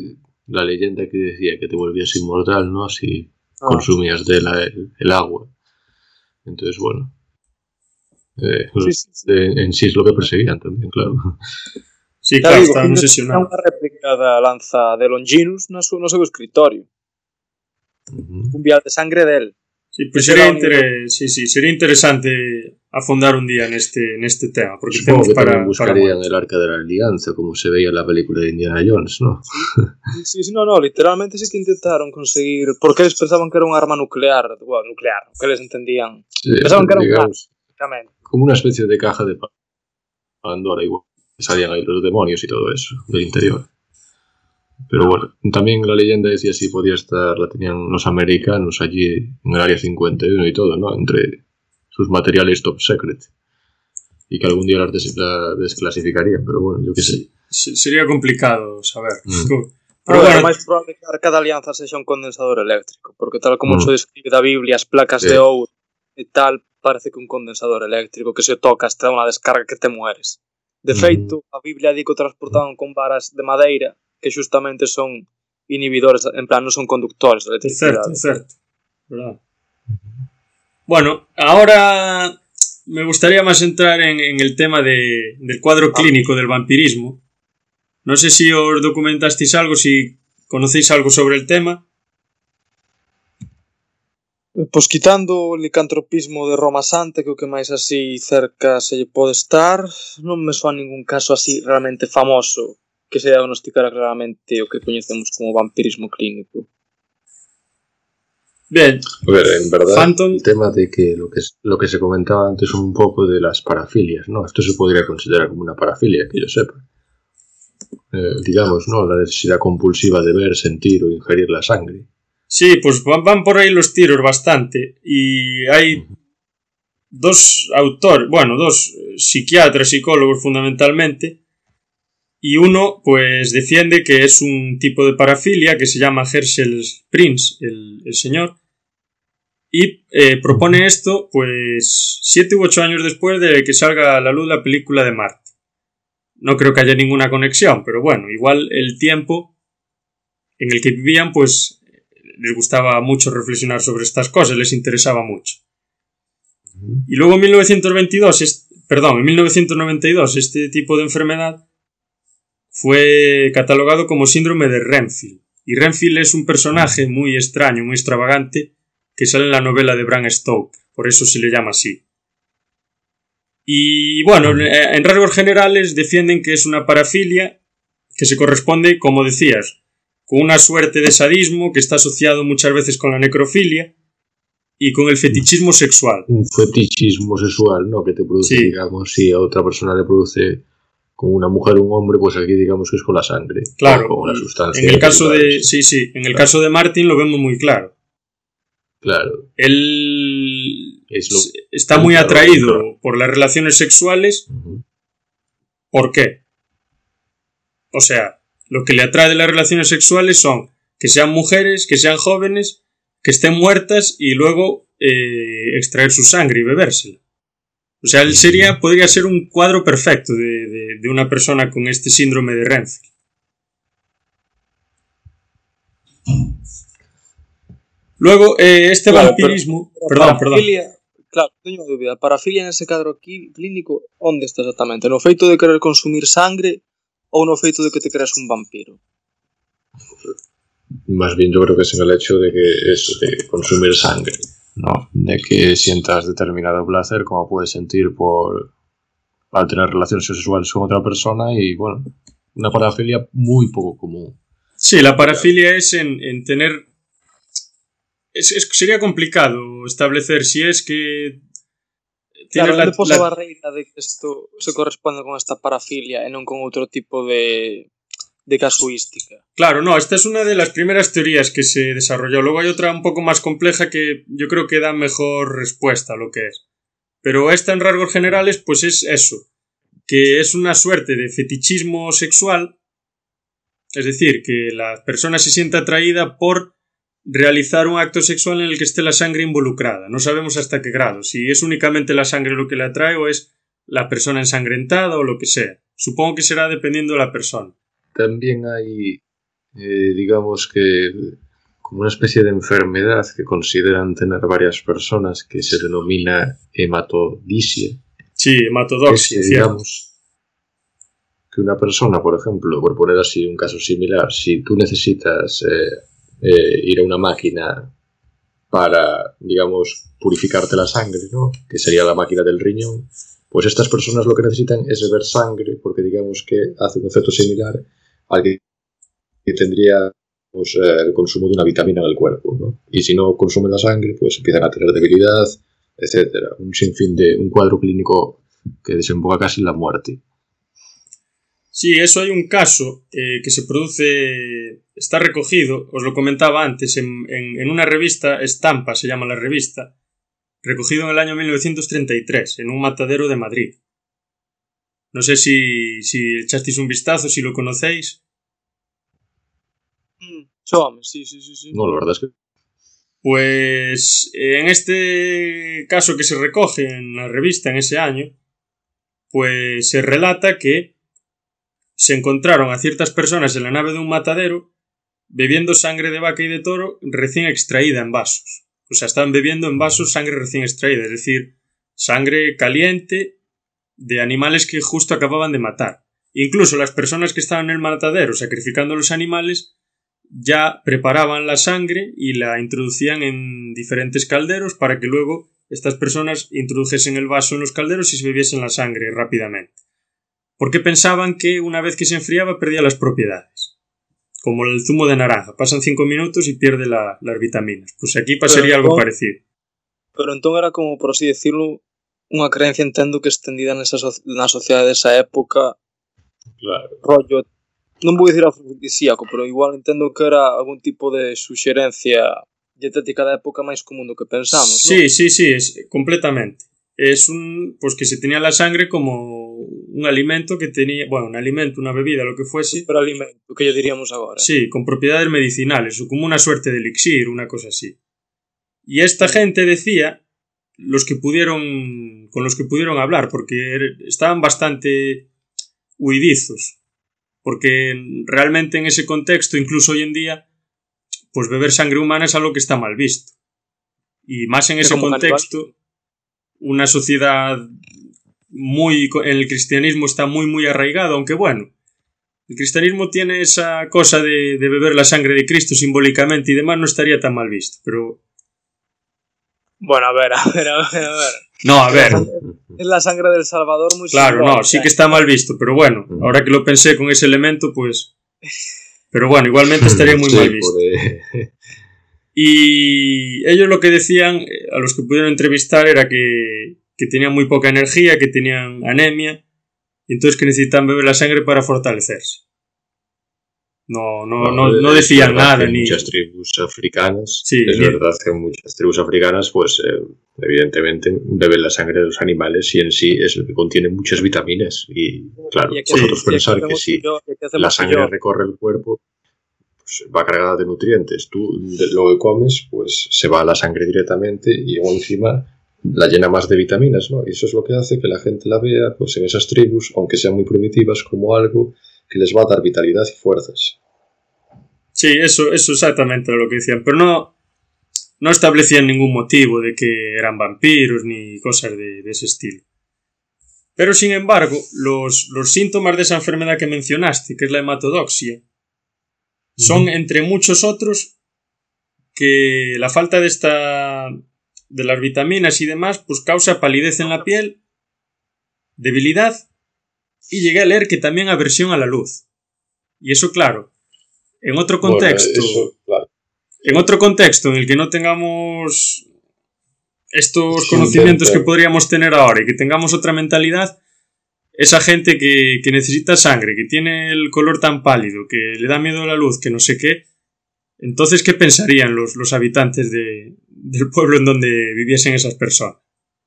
la leyenda que decía que te volvías inmortal, ¿no? Si ah. consumías de la, el, el agua. Entonces, bueno. Eh, sí, sí, sí. En, en sí es lo que perseguían también, claro. Sí, claro, está obsesionado. Unha réplica da lanza de Longinus no seu, no seu escritorio. Uh-huh. Un vial de sangre del. Sí, pues sería, inter... sí, sí, sería interesante afondar un día neste, neste tema, porque supongo temos que para... también buscarían el Arca de la Alianza, como se veía en la película de Indiana Jones, ¿no? Sí, sí, sí, no, no, literalmente sí que intentaron conseguir... Porque eles pensaban que era un arma nuclear, bueno, nuclear, que eles entendían. Sí, pensaban que era digamos, un arma, como una especie de caja de Pandora, igual, que salían ahí los demonios y todo eso, del interior. Pero bueno, también la leyenda decía si podía estar, la tenían los americanos allí en el área cincuenta y uno y todo, ¿no? Entre sus materiales top secret. Y que algún día las des- la desclasificarían, pero bueno, yo qué sé. Sí, sería complicado saber. Mm. Pero bueno, bueno, máis probable que a cada alianza sexa un condensador eléctrico, porque tal como mm. se describe da Biblia, as placas sí. de ouro e tal, parece que un condensador eléctrico que se tocas te dá unha descarga que te mueres. De feito, mm. a Biblia di que o transportaban con varas de madeira que justamente son inhibidores, en plan, no son conductores de electricidad. Es cierto, es cierto. ¿Verdad? Bueno, ahora me gustaría más entrar en, en el tema de, del cuadro clínico del vampirismo. No sé si os documentasteis algo, si conocéis algo sobre el tema. Pois quitando o licantropismo de Roma Santa, que o que máis así cerca se lle pode estar, non me soa ningún caso así realmente famoso que se diagnosticara claramente o que coñecemos como vampirismo clínico. Bien. A ver, en verdad, Phantom... el tema de que lo, que lo que se comentaba antes un poco de las parafilias, ¿no? Esto se podría considerar como una parafilia, que yo sepa. Eh, digamos, ¿no? La necesidad compulsiva de ver, sentir o ingerir la sangre. Sí, pues van, van por ahí los tiros bastante. Y hay uh-huh. dos autores, bueno, dos psiquiatras, psicólogos fundamentalmente. Y uno, pues, defiende que es un tipo de parafilia que se llama Herschel Prince, el, el señor, y eh, propone esto, pues, siete u ocho años después de que salga a la luz la película de Marte. No creo que haya ninguna conexión, pero bueno, igual el tiempo en el que vivían, pues, les gustaba mucho reflexionar sobre estas cosas, les interesaba mucho. Y luego en mil novecientos veintidós, es, perdón, en mil novecientos noventa y dos, este tipo de enfermedad fue catalogado como síndrome de Renfield. Y Renfield es un personaje muy extraño, muy extravagante, que sale en la novela de Bram Stoker. Por eso se le llama así. Y bueno, en rasgos generales defienden que es una parafilia que se corresponde, como decías, con una suerte de sadismo que está asociado muchas veces con la necrofilia y con el fetichismo sexual. Un fetichismo sexual, ¿no? Que te produce, sí. digamos, si a otra persona le produce... con una mujer o un hombre, pues aquí digamos que es con la sangre. Claro. Con la sustancia. En el caso de, sí, sí, en el claro. caso de Martin lo vemos muy claro. Claro. Él es lo, está muy atraído claro. por las relaciones sexuales. Uh-huh. ¿Por qué? O sea, lo que le atrae de las relaciones sexuales son que sean mujeres, que sean jóvenes, que estén muertas y luego eh, extraer su sangre y bebérsela. O sea, él sería, podría ser un cuadro perfecto de, de, de una persona con este síndrome de Renfield. Luego, eh, este claro, vampirismo... Pero, pero perdón, parafilia, perdón. Claro, teño dúbida. Parafilia nese cadro clínico, onde está exactamente? No feito de querer consumir sangre ou no feito de que te creas un vampiro? Más bien yo creo que es en el hecho de que eso, de consumir sangre. ¿No? De que sientas determinado placer como puedes sentir por al tener relaciones sexuales con otra persona y bueno, una parafilia muy poco común. Sí, la parafilia es en, en tener es, es, sería complicado establecer si es que claro, la, la, la barreira de que isto se corresponde con esta parafilia e non con outro tipo de de casuística. Claro, no, esta es una de las primeras teorías que se desarrolló. Luego hay otra un poco más compleja que yo creo que da mejor respuesta a lo que es. Pero esta en rasgos generales pues es eso, que es una suerte de fetichismo sexual, es decir, que la persona se siente atraída por realizar un acto sexual en el que esté la sangre involucrada. No sabemos hasta qué grado, si es únicamente la sangre lo que le atrae o es la persona ensangrentada o lo que sea. Supongo que será dependiendo de la persona. También hay eh, digamos que como una especie de enfermedad que consideran tener varias personas que se denomina hematodisia. Sí, hematodoxia, es, digamos, que una persona, por ejemplo, por poner así un caso similar, si tú necesitas eh, eh, ir a una máquina para, digamos, purificarte la sangre, ¿no? Que sería la máquina del riñón, pues estas personas lo que necesitan es beber sangre, porque digamos que hace un efecto similar al que tendría pues, eh, el consumo de una vitamina en el cuerpo, ¿no? Y si no consumen la sangre, pues empiezan a tener debilidad, etcétera. Un sinfín de un cuadro clínico que desemboca casi en la muerte. Sí, eso hay un caso eh, que se produce, está recogido, os lo comentaba antes, en, en, en una revista, Estampa se llama la revista, recogido en el año mil novecientos treinta y tres, en un matadero de Madrid. No sé si, si echasteis un vistazo, si lo conocéis. Mm, Chóame, sí, sí, sí, sí. No, la verdad es que... Pues en este caso que se recoge en la revista en ese año, pues se relata que se encontraron a ciertas personas en la nave de un matadero bebiendo sangre de vaca y de toro recién extraída en vasos. O sea, estaban bebiendo en vasos sangre recién extraída, es decir, sangre caliente de animales que justo acababan de matar. Incluso las personas que estaban en el matadero sacrificando los animales ya preparaban la sangre y la introducían en diferentes calderos para que luego estas personas introdujesen el vaso en los calderos y se bebiesen la sangre rápidamente. Porque pensaban que una vez que se enfriaba perdía las propiedades. Como el zumo de naranja. Pasan cinco minutos y pierde la, las vitaminas. Pues aquí pasaría pero, algo parecido. Pero entonces era como, por así decirlo, unha creencia, entendo, que extendida nesa so- na sociedade desa época. Claro. Rollo, non vou dicir afrodisíaco, pero igual entendo que era algún tipo de suxerencia dietética da época máis común do que pensamos, Sí, ¿no? sí, sí, es, completamente. Es un, pues que se tenía la sangre como un alimento que tenía, bueno, un alimento, una bebida, lo que fuese. Superalimento, que lle diríamos agora. Sí, con propiedades medicinales, o como una suerte de elixir, una cosa así. Y esta gente decía, los que pudieron, con los que pudieron hablar, porque estaban bastante huidizos, porque realmente en ese contexto, incluso hoy en día, pues beber sangre humana es algo que está mal visto. Y más en ese contexto, una sociedad muy, en el cristianismo está muy muy arraigado, aunque bueno, el cristianismo tiene esa cosa de, de beber la sangre de Cristo simbólicamente y demás, no estaría tan mal visto, pero... Bueno, a ver, a ver, a ver, a ver. No, a ver. Es la sangre del Salvador muy Claro, no, sí que está mal visto, pero bueno, ahora que lo pensé con ese elemento, pues... Pero bueno, igualmente estaría muy sí, mal visto. Poder. Y ellos lo que decían, a los que pudieron entrevistar, era que, que tenían muy poca energía, que tenían anemia, y entonces que necesitan beber la sangre para fortalecerse. No, no, no, no, no decían nada. En ni... muchas tribus africanas, sí, es ni... verdad que en muchas tribus africanas, pues eh, evidentemente beben la sangre de los animales y en sí es lo que contiene muchas vitaminas. Y claro, y vosotros sí, pensar que si yo, la sangre yo. recorre el cuerpo, pues va cargada de nutrientes. Tú de lo que comes, pues se va a la sangre directamente y luego encima la llena más de vitaminas, ¿no? Y eso es lo que hace que la gente la vea, pues en esas tribus, aunque sean muy primitivas, como algo que les va a dar vitalidad y fuerzas. Sí, eso, eso exactamente era lo que decían, pero no, no establecían ningún motivo de que eran vampiros ni cosas de, de ese estilo. Pero sin embargo, los, los síntomas de esa enfermedad que mencionaste, que es la hematodoxia, son uh-huh. entre muchos otros que la falta de esta de las vitaminas y demás pues causa palidez en la piel, debilidad, y llegué a leer que también aversión a la luz. Y eso, claro, en otro contexto, bueno, eso, claro. en otro contexto en el que no tengamos estos sí, conocimientos que podríamos tener ahora y que tengamos otra mentalidad, esa gente que, que necesita sangre, que tiene el color tan pálido, que le da miedo a la luz, que no sé qué, entonces, ¿qué pensarían los, los habitantes de, del pueblo en donde viviesen esas personas?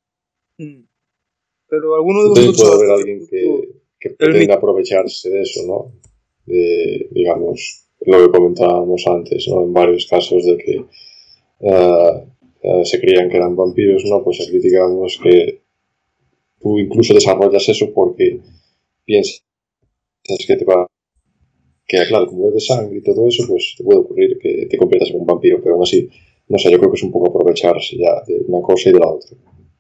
Pero alguno de vosotros... puede haber alguien que, que pretenda aprovecharse de eso, ¿no? De, digamos, lo que comentábamos antes, ¿no? En varios casos de que uh, uh, se creían que eran vampiros, ¿no? Pues aquí digamos que tú incluso desarrollas eso porque piensas que te va, que claro, como bebes sangre y todo eso, pues te puede ocurrir que te conviertas en un vampiro, pero aún así, no sé, yo creo que es un poco aprovecharse ya de una cosa y de la otra.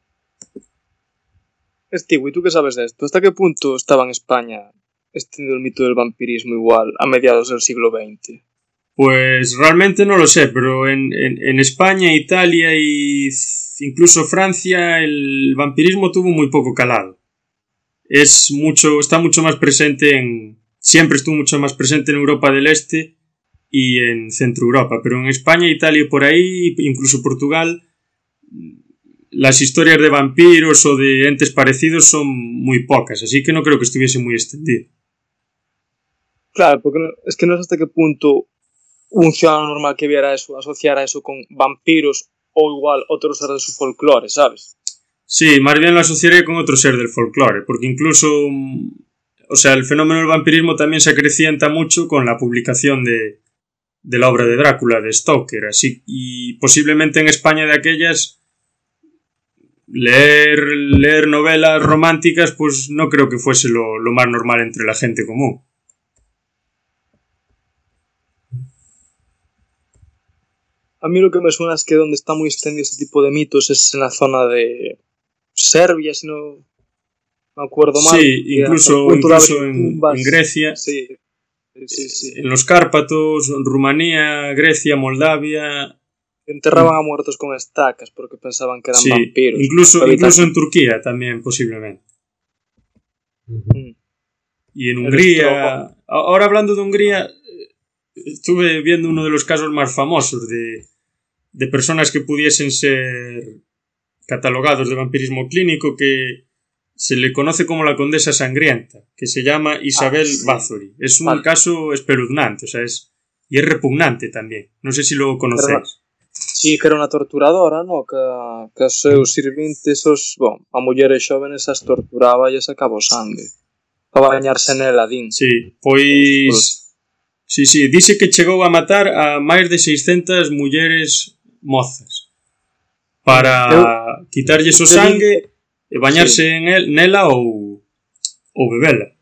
Steve, ¿y tú qué sabes de esto? ¿Hasta qué punto estaba en España extendido el mito del vampirismo igual a mediados del siglo veinte? Pues realmente no lo sé, pero en, en, en España, Italia y incluso Francia el vampirismo tuvo muy poco calado. Es mucho, está mucho más presente en... Siempre estuvo mucho más presente en Europa del Este y en Centro Europa, pero en España, Italia y por ahí, incluso Portugal, las historias de vampiros o de entes parecidos son muy pocas, así que no creo que estuviese muy extendido. Claro, porque no, es que no sé hasta qué punto un ciudadano normal que viera eso, asociara eso con vampiros o igual otro ser de su folclore, ¿sabes? Sí, más bien lo asociaría con otro ser del folclore, porque incluso, o sea, el fenómeno del vampirismo también se acrecienta mucho con la publicación de, de la obra de Drácula, de Stoker, así, y posiblemente en España de aquellas leer, leer novelas románticas, pues no creo que fuese lo, lo más normal entre la gente común. A mí lo que me suena es que donde está muy extendido este tipo de mitos es en la zona de Serbia, si no me acuerdo mal. Sí, incluso, incluso en, en Grecia, sí, sí, sí. En los Cárpatos, Rumanía, Grecia, Moldavia. Enterraban a muertos con estacas porque pensaban que eran sí, vampiros. Incluso, incluso en Turquía también, posiblemente. Uh-huh. Y en Hungría. Ahora hablando de Hungría, estuve viendo uno de los casos más famosos de, de personas que pudiesen ser catalogados de vampirismo clínico, que se le conoce como la condesa sangrienta, que se llama Isabel ah, sí. Bathory. Es un vale. caso espeluznante, o sea, es y es repugnante también. No sé si lo conocéis. Pero, sí, que era una torturadora, ¿no? Que, que os seus sirvintes, os, bon, a mulleres xóvenes as torturaba e sacaba o sangue para bañarse nela, din. Sí, pois... Sí, sí, dice que chegou a matar a máis de seiscentas mulleres mozas para eu, quitarlles o sangue e bañarse sí. en el, nela ou, ou bebela.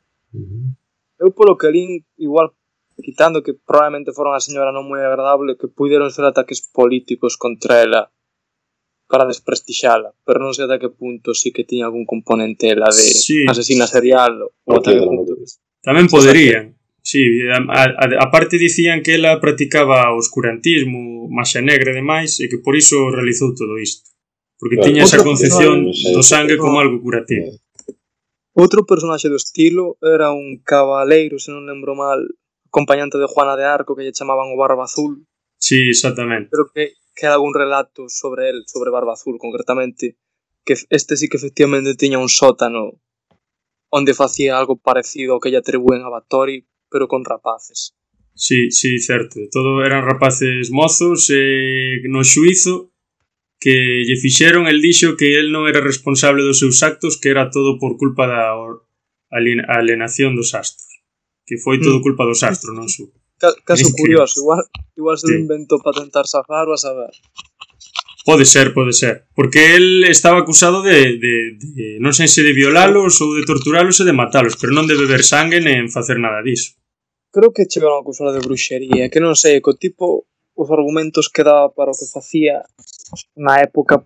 Eu polo que lín, igual quitando que probablemente fora unha señora non moi agradable, que puderon ser ataques políticos contra ela para desprestixala, pero non sei ata que punto sí que tiña algún componente ela de sí. asesina serial ou ata que punto. Tamén poderían. Sí, a, a, aparte dicían que ela practicaba oscurantismo, maxia negra e demais, e que por iso realizou todo isto. Porque claro, tiña esa concepción no, do sangue como algo curativo. Outro personaxe do estilo era un cabaleiro, se non lembro mal, acompañante de Juana de Arco, que lle chamaban o Barba Azul. Sí, exactamente. Pero que queda algún relato sobre el, sobre Barba Azul, concretamente, que este sí que efectivamente tiña un sótano onde facía algo parecido ao que lle atribúen a Bathory, pero con rapaces. Sí, sí, certo. Todo eran rapaces mozos e no xuízo que lle fixeron, el dixo que el non era responsable dos seus actos, que era todo por culpa da alienación dos astros. Que foi todo culpa dos astros, non su. Caso curioso, igual, igual se sí. lo inventou para tentar safar ou a saber. Pode ser, pode ser. Porque el estaba acusado de, de, de non sei se de violalos ou de torturalos e de matalos, pero non de beber sangue nen facer nada disso. Creo que chegaron a acusar de bruxería, que non sei, co tipo os argumentos que daba para o que facía na época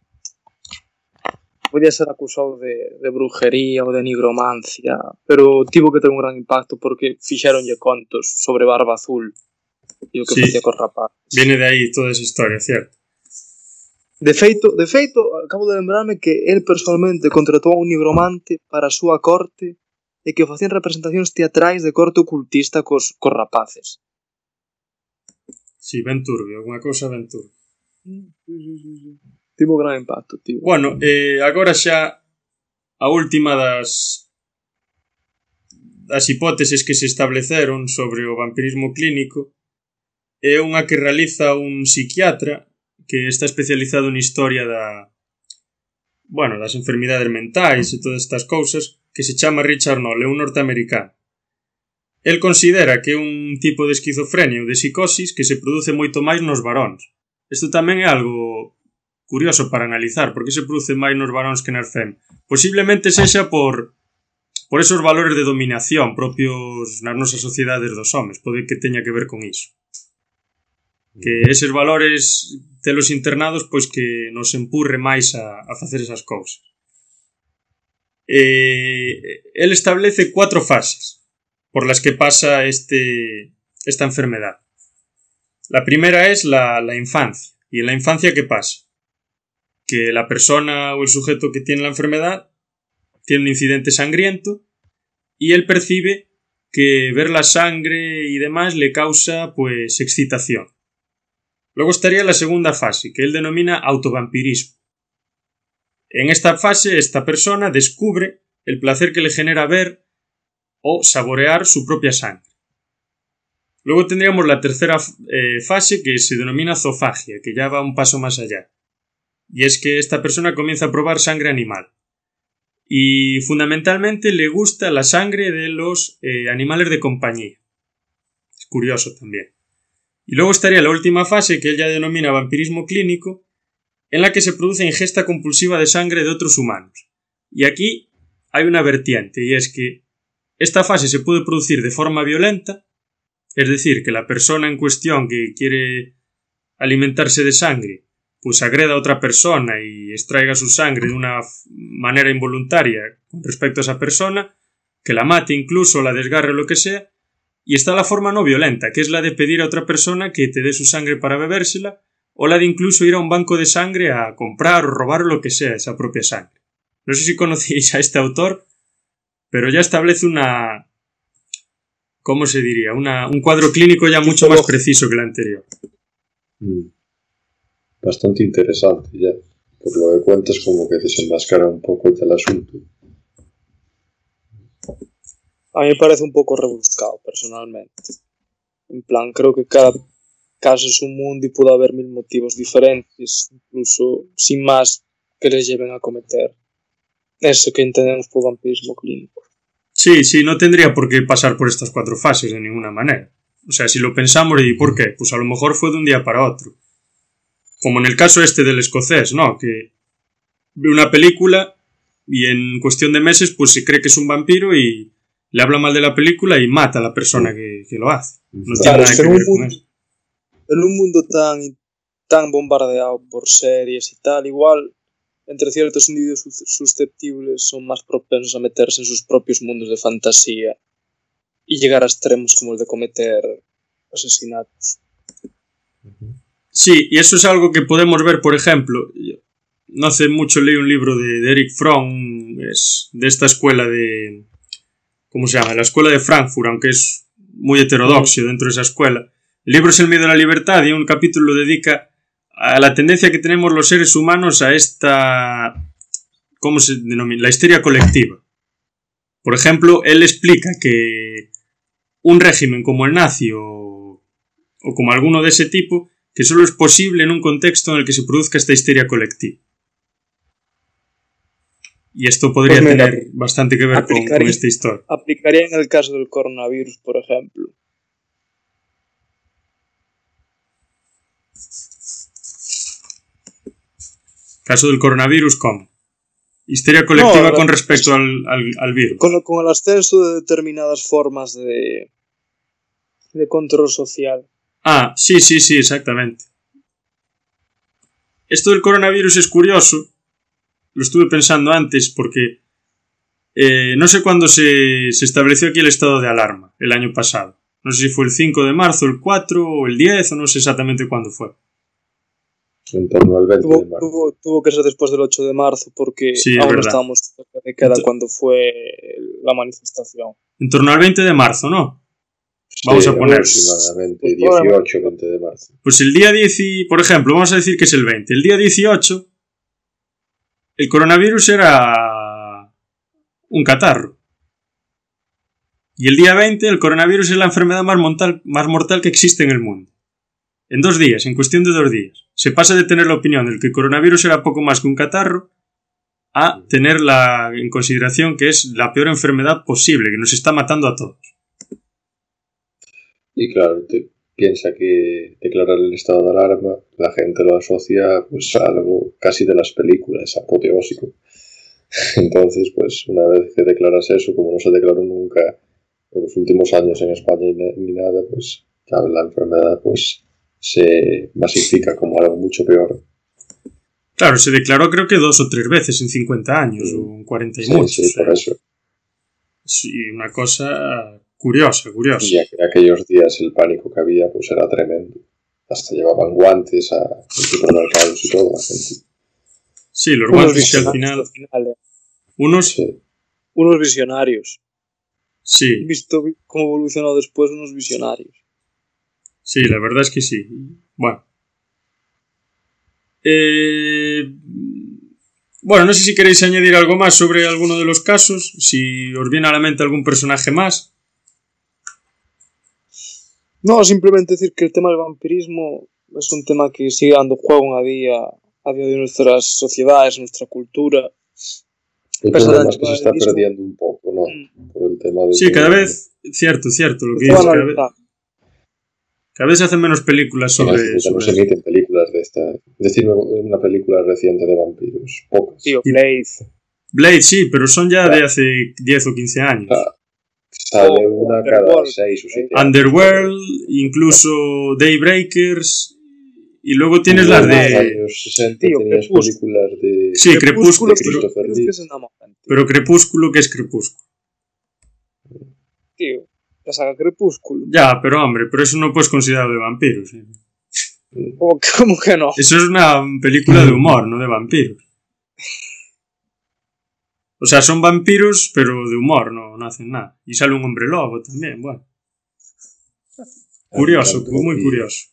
podía ser acusado de, de brujería ou de nigromancia, pero tivo que ter un gran impacto porque fixeronlle contos sobre Barba Azul e o que sí. facía cos rapaces. Viene de aí toda esa historia, certo? De feito, de feito, acabo de lembrarme que el personalmente contratou a un nigromante para a súa corte e que facían representacións teatrais de corte ocultista cos, cos rapaces. Sí, ben turbio, unha cousa ben turbio. Sí, sí, sí, sí. Tivo gran impacto, tío. Bueno, eh, agora xa a última das das hipóteses que se estableceron sobre o vampirismo clínico é unha que realiza un psiquiatra que está especializado en historia da bueno, das enfermidades mentais e todas estas cousas, que se chama Richard Knoll, é un norteamericano. El considera que é un tipo de esquizofrenia ou de psicosis que se produce moito máis nos varóns. Isto tamén é algo curioso para analizar, porque se produce máis nos varóns que nas femias. Posiblemente sexa por por esos valores de dominación propios nas nosas sociedades dos homes, pode que teña que ver con iso. Que eses valores telos internados pois que nos empurre máis a, a facer esas cousas. Eh, el establece cuatro fases por las que pasa este, esta enfermedad. La primera es la, la infancia. ¿Y en la infancia qué pasa? Que la persona o el sujeto que tiene la enfermedad tiene un incidente sangriento y él percibe que ver la sangre y demás le causa pues excitación. Luego estaría la segunda fase, que él denomina autovampirismo. En esta fase, esta persona descubre el placer que le genera ver o saborear su propia sangre. Luego tendríamos la tercera eh, fase, que se denomina zoofagia, que ya va un paso más allá. Y es que esta persona comienza a probar sangre animal. Y fundamentalmente le gusta la sangre de los eh, animales de compañía. Es curioso también. Y luego estaría la última fase, que ella denomina vampirismo clínico, en la que se produce ingesta compulsiva de sangre de otros humanos. Y aquí hay una vertiente, y es que esta fase se puede producir de forma violenta, es decir, que la persona en cuestión que quiere alimentarse de sangre pues agreda a otra persona y extraiga su sangre de una manera involuntaria con respecto a esa persona, que la mate incluso, la desgarre o lo que sea, y está la forma no violenta, que es la de pedir a otra persona que te dé su sangre para bebérsela, o la de incluso ir a un banco de sangre a comprar o robar o lo que sea esa propia sangre. No sé si conocéis a este autor, pero ya establece una... ¿cómo se diría? Una, un cuadro clínico ya mucho más preciso que el anterior. Mm. Bastante interesante ya. Por lo que cuentas, como que desenmascara un poco el asunto. A mí me parece un poco rebuscado, personalmente. En plan, creo que cada caso es un mundo y puede haber mil motivos diferentes, incluso sin más, que les lleven a cometer eso que entendemos por vampirismo clínico. Sí, sí, no tendría por qué pasar por estas cuatro fases de ninguna manera. O sea, si lo pensamos, ¿y por qué? Pues a lo mejor fue de un día para otro. Como en el caso este del escocés, ¿no? Que ve una película y en cuestión de meses pues se cree que es un vampiro y le habla mal de la película y mata a la persona que, que lo hace. No claro, tiene nada es que, que ver en un, con mundo, eso. en un mundo tan, tan bombardeado por series y tal, igual entre ciertos individuos susceptibles son más propensos a meterse en sus propios mundos de fantasía y llegar a extremos como el de cometer asesinatos. Sí, y eso es algo que podemos ver, por ejemplo, no hace mucho leí un libro de, de Eric Fromm, es de esta escuela de... ¿cómo se llama? La escuela de Frankfurt, aunque es muy heterodoxo mm. dentro de esa escuela. El libro es El miedo a la libertad y un capítulo dedica a la tendencia que tenemos los seres humanos a esta... ¿cómo se denomina? La histeria colectiva. Por ejemplo, él explica que un régimen como el nazi o, o como alguno de ese tipo, que solo es posible en un contexto en el que se produzca esta histeria colectiva. Y esto podría pues mira, tener bastante que ver con, con esta historia. Aplicaría en el caso del coronavirus, por ejemplo. Caso del coronavirus, ¿cómo? Histeria colectiva no, con respecto al, al, al virus. Con, con el ascenso de determinadas formas de, de control social. Ah, sí, sí, sí, exactamente. Esto del coronavirus es curioso. Lo estuve pensando antes porque eh, no sé cuándo se, se estableció aquí el estado de alarma, el año pasado. No sé si fue el cinco de marzo, el cuatro o el diez, o no sé exactamente cuándo fue. En torno al veinte tuvo, de marzo. Tuvo, tuvo que ser después del ocho de marzo porque sí, aún no estábamos de queda cuando fue la manifestación. En torno al veinte de marzo, ¿no? Vamos sí, a poner aproximadamente dieciocho, veinte de marzo. Pues el día diez, por ejemplo, vamos a decir que es el veinte. El día dieciocho, el coronavirus era un catarro. Y el día veinte, el coronavirus es la enfermedad más mortal, más mortal que existe en el mundo. En dos días, en cuestión de dos días. Se pasa de tener la opinión del que el coronavirus era poco más que un catarro a tener la, en consideración que es la peor enfermedad posible, que nos está matando a todos. Y claro, te piensa que declarar el estado de alarma, la gente lo asocia pues a algo casi de las películas, apoteósico. Entonces, pues una vez que declaras eso, como no se declaró nunca en los últimos años en España ni nada, pues ya la enfermedad pues se masifica como algo mucho peor. Claro, se declaró creo que dos o tres veces en cincuenta años, mm. o en cuarenta y sí, muchos. Sí, por eso. Sí, una cosa curiosa, curiosa. Y aqu- aquellos días el pánico que había pues era tremendo. Hasta llevaban guantes a los supermercados y todo la gente. Sí, los guantes que al final... al final eh. Unos... Sí. Unos visionarios. Sí. He visto cómo evolucionó después unos visionarios. Sí, la verdad es que sí. Bueno. Eh... Bueno, no sé si queréis añadir algo más sobre alguno de los casos, si os viene a la mente algún personaje más. No, simplemente decir que el tema del vampirismo es un tema que sigue dando juego a día, a día de nuestras sociedades, nuestra cultura. El problema es que se está perdiendo un poco, ¿no? Mm. Por el tema de... Sí, cada vez... Cierto, cierto, lo que dices. Cada vez, cada vez se hacen menos películas sobre... Ya sobre no se emiten películas de esta... Decirme una película reciente de vampiros. Pocas. Tío, Blade. Blade, sí, pero son ya de hace diez o quince años. Ah, sale una cada seis o siete años. Underworld, incluso Daybreakers... Y luego tienes las de... años sesenta tío, tenías películas de... Sí, Crepúsculo, de Christopher Lee. Pero Crepúsculo, ¿qué es Crepúsculo? Tío, la saga Crepúsculo. Ya, pero hombre, pero eso no puedes considerarlo de vampiros. ¿eh? ¿Cómo que no? Eso es una película de humor, no de vampiros. O sea, son vampiros, pero de humor, no, no hacen nada. Y sale un hombre lobo también, bueno. Curioso, muy curioso.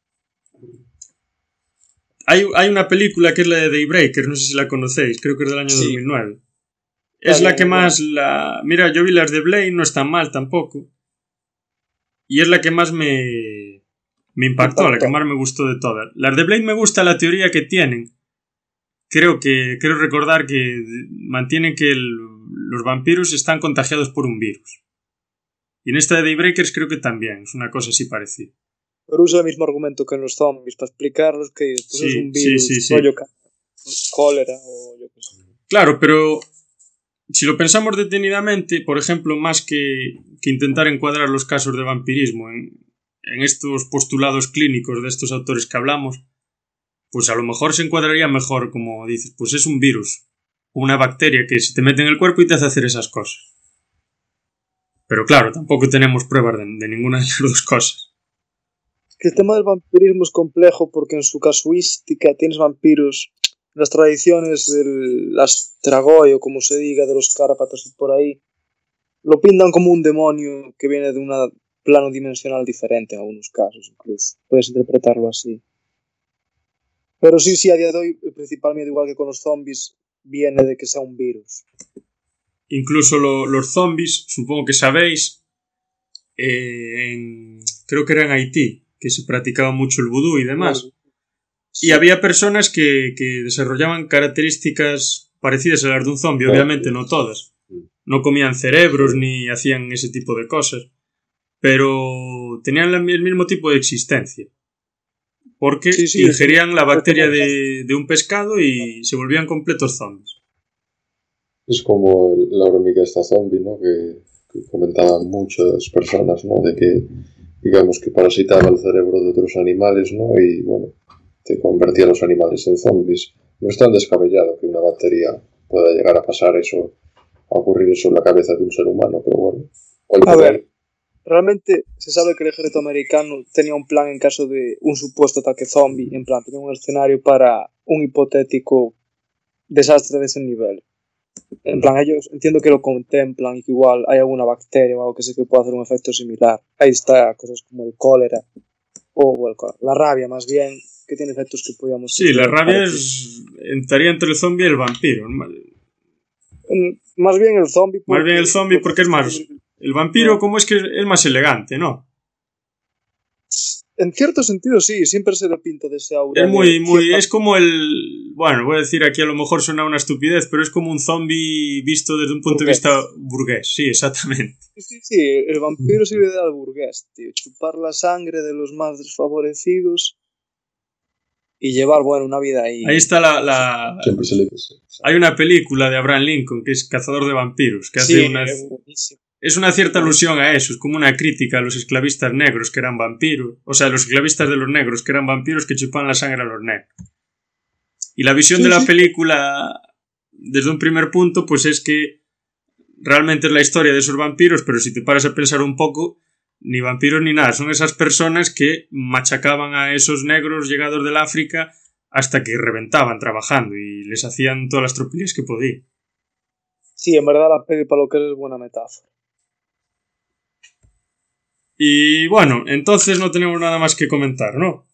Hay, hay una película que es la de Daybreaker, no sé si la conocéis, creo que es del año sí. dos mil nueve. Es la que más la... Mira, yo vi las de Blade, no están mal tampoco. Y es la que más me... Me impactó, la que más me gustó de todas. Las de Blade me gusta la teoría que tienen. Creo que... Creo recordar que mantienen que el, los vampiros están contagiados por un virus. Y en esta de Daybreakers creo que también, es una cosa así parecida. Pero usa el mismo argumento que en los zombies para explicarlos que después sí, es un virus, sí, sí, sí. rollo cólera o yo qué sé. Claro, pero si lo pensamos detenidamente, por ejemplo, más que, que intentar encuadrar los casos de vampirismo en, en estos postulados clínicos de estos autores que hablamos, pues a lo mejor se encuadraría mejor, como dices, pues es un virus, una bacteria que se te mete en el cuerpo y te hace hacer esas cosas. Pero claro, tampoco tenemos pruebas de, de ninguna de las dos cosas. Que el tema del vampirismo es complejo porque en su casuística tienes vampiros, las tradiciones del Astragoy o como se diga, de los Cárpatos y por ahí, lo pintan como un demonio que viene de un plano dimensional diferente en algunos casos, incluso. Puedes interpretarlo así. Pero sí, sí, a día de hoy el principal miedo, igual que con los zombies, viene de que sea un virus. Incluso lo, los zombies, supongo que sabéis, eh, en, creo que era en Haití, que se practicaba mucho el vudú y demás. Sí. Y había personas que, que desarrollaban características parecidas a las de un zombie, obviamente no todas. No comían cerebros ni hacían ese tipo de cosas, pero tenían el mismo tipo de existencia. Porque sí, sí, ingerían sí. la bacteria de, de un pescado y se volvían completos zombies. Es como la hormiga esta zombie, ¿no? Que, que comentaban muchas personas, ¿no? De que digamos que parasitaba el cerebro de otros animales, ¿no? Y, bueno, te convertía a los animales en zombies. No es tan descabellado que una bacteria pueda llegar a pasar eso, a ocurrir eso en la cabeza de un ser humano, pero bueno. A ver, ahí. Realmente se sabe que el ejército americano tenía un plan en caso de un supuesto ataque zombie, en plan, tenía un escenario para un hipotético desastre de ese nivel. En plan, ellos entiendo que lo contemplan y que igual hay alguna bacteria o algo que sé que puede hacer un efecto similar. Ahí está, cosas como el cólera o el cólera, la rabia más bien, que tiene efectos que podríamos... Sí, la rabia es, estaría entre el zombie y el vampiro. Más bien el zombie. Porque, más bien el zombie porque es más... El vampiro, como es que es más elegante, ¿no? En cierto sentido, sí, siempre se le pinta de ese aura. Es muy, muy, es como el... Bueno, voy a decir aquí a lo mejor suena una estupidez, pero es como un zombie visto desde un punto burgués. de vista burgués, sí, exactamente. Sí, sí, sí, el vampiro sirve de al burgués, tío. Chupar la sangre de los más desfavorecidos y llevar, bueno, una vida ahí. Ahí está la... la... Siempre se le dice. Hay una película de Abraham Lincoln que es Cazador de Vampiros, que hace sí, una... es buenísimo. Es una cierta alusión a eso, es como una crítica a los esclavistas negros que eran vampiros, o sea, los esclavistas de los negros que eran vampiros que chupaban la sangre a los negros. Y la visión sí, de la sí. película, desde un primer punto, pues es que realmente es la historia de esos vampiros, pero si te paras a pensar un poco, ni vampiros ni nada, son esas personas que machacaban a esos negros llegados del África hasta que reventaban trabajando y les hacían todas las tropelías que podían. Sí, en verdad la peli para lo que es buena metáfora. Y bueno, entonces no tenemos nada más que comentar, ¿no?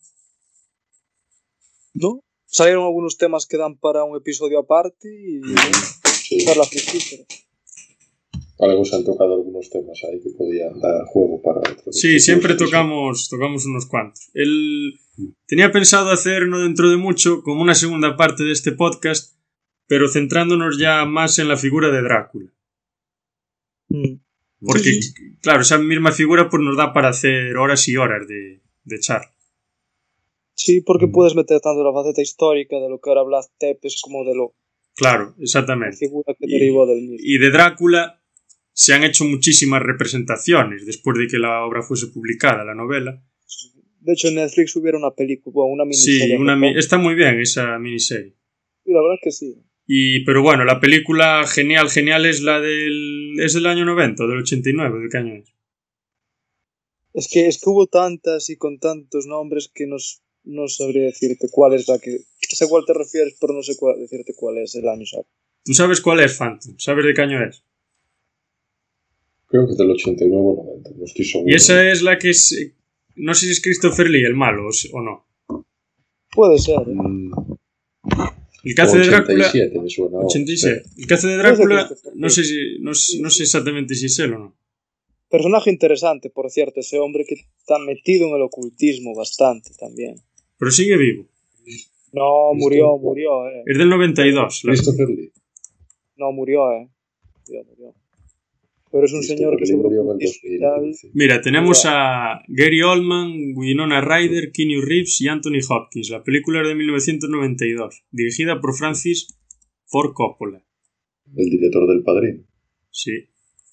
¿No? Salieron algunos temas que dan para un episodio aparte y Sí. dar la fructífera. Algo se han tocado algunos temas ahí que podían dar juego para otro. Sí, siempre tocamos, tocamos unos cuantos. Él tenía pensado hacer, no dentro de mucho, como una segunda parte de este podcast, pero centrándonos ya más en la figura de Drácula. Mm. Porque, Sí, sí. claro, esa misma figura pues nos da para hacer horas y horas de, de charla. Sí, porque puedes meter tanto la faceta histórica de lo que era Vlad Tepes como de lo Claro, la exactamente. figura que Y, derivó del mismo. y de Drácula se han hecho muchísimas representaciones después de que la obra fuese publicada, la novela. De hecho, en Netflix hubiera una película, bueno, una miniserie. Sí, una, hace mi- poco. está muy bien esa miniserie. Y la verdad es que sí. Y, pero bueno, la película genial, genial es la del... ¿Es del año noventa o del ochenta y nueve? ¿De qué año es? Es que, es que hubo tantas y con tantos nombres que no, s- no sabría decirte cuál es la que... Sé cuál te refieres, pero no sé cuál, decirte cuál es el año, ¿sabes? ¿Tú sabes cuál es, Phantom? ¿Sabes de qué año es? Creo que es del ochenta y nueve o noventa, no estoy seguro. Y esa es la que es... No sé si es Christopher Lee el malo o, s- o no. Puede ser, ¿eh? Mm, El que hace de Drácula... ochenta y siete me suena. ahora, ochenta y siete. espera. El que hace de Puede ser Drácula... Christopher No Lee. sé, si, no, s- no sé exactamente si es él o no. Personaje interesante, por cierto, ese hombre que está metido en el ocultismo bastante también. Pero sigue vivo. No, murió, Christopher- murió, eh. Es del noventa y dos. la- Christopher Lee. No, murió, eh. Murió, murió. Pero es un señor que Christopher Lee sobre murió en el ocultismo y tal... dos mil quince. Mira, tenemos a Gary Oldman, Winona Ryder, Keanu Reeves y Anthony Hopkins. La película es de mil novecientos noventa y dos, dirigida por Francis Ford Coppola. El director del Padrino. Sí.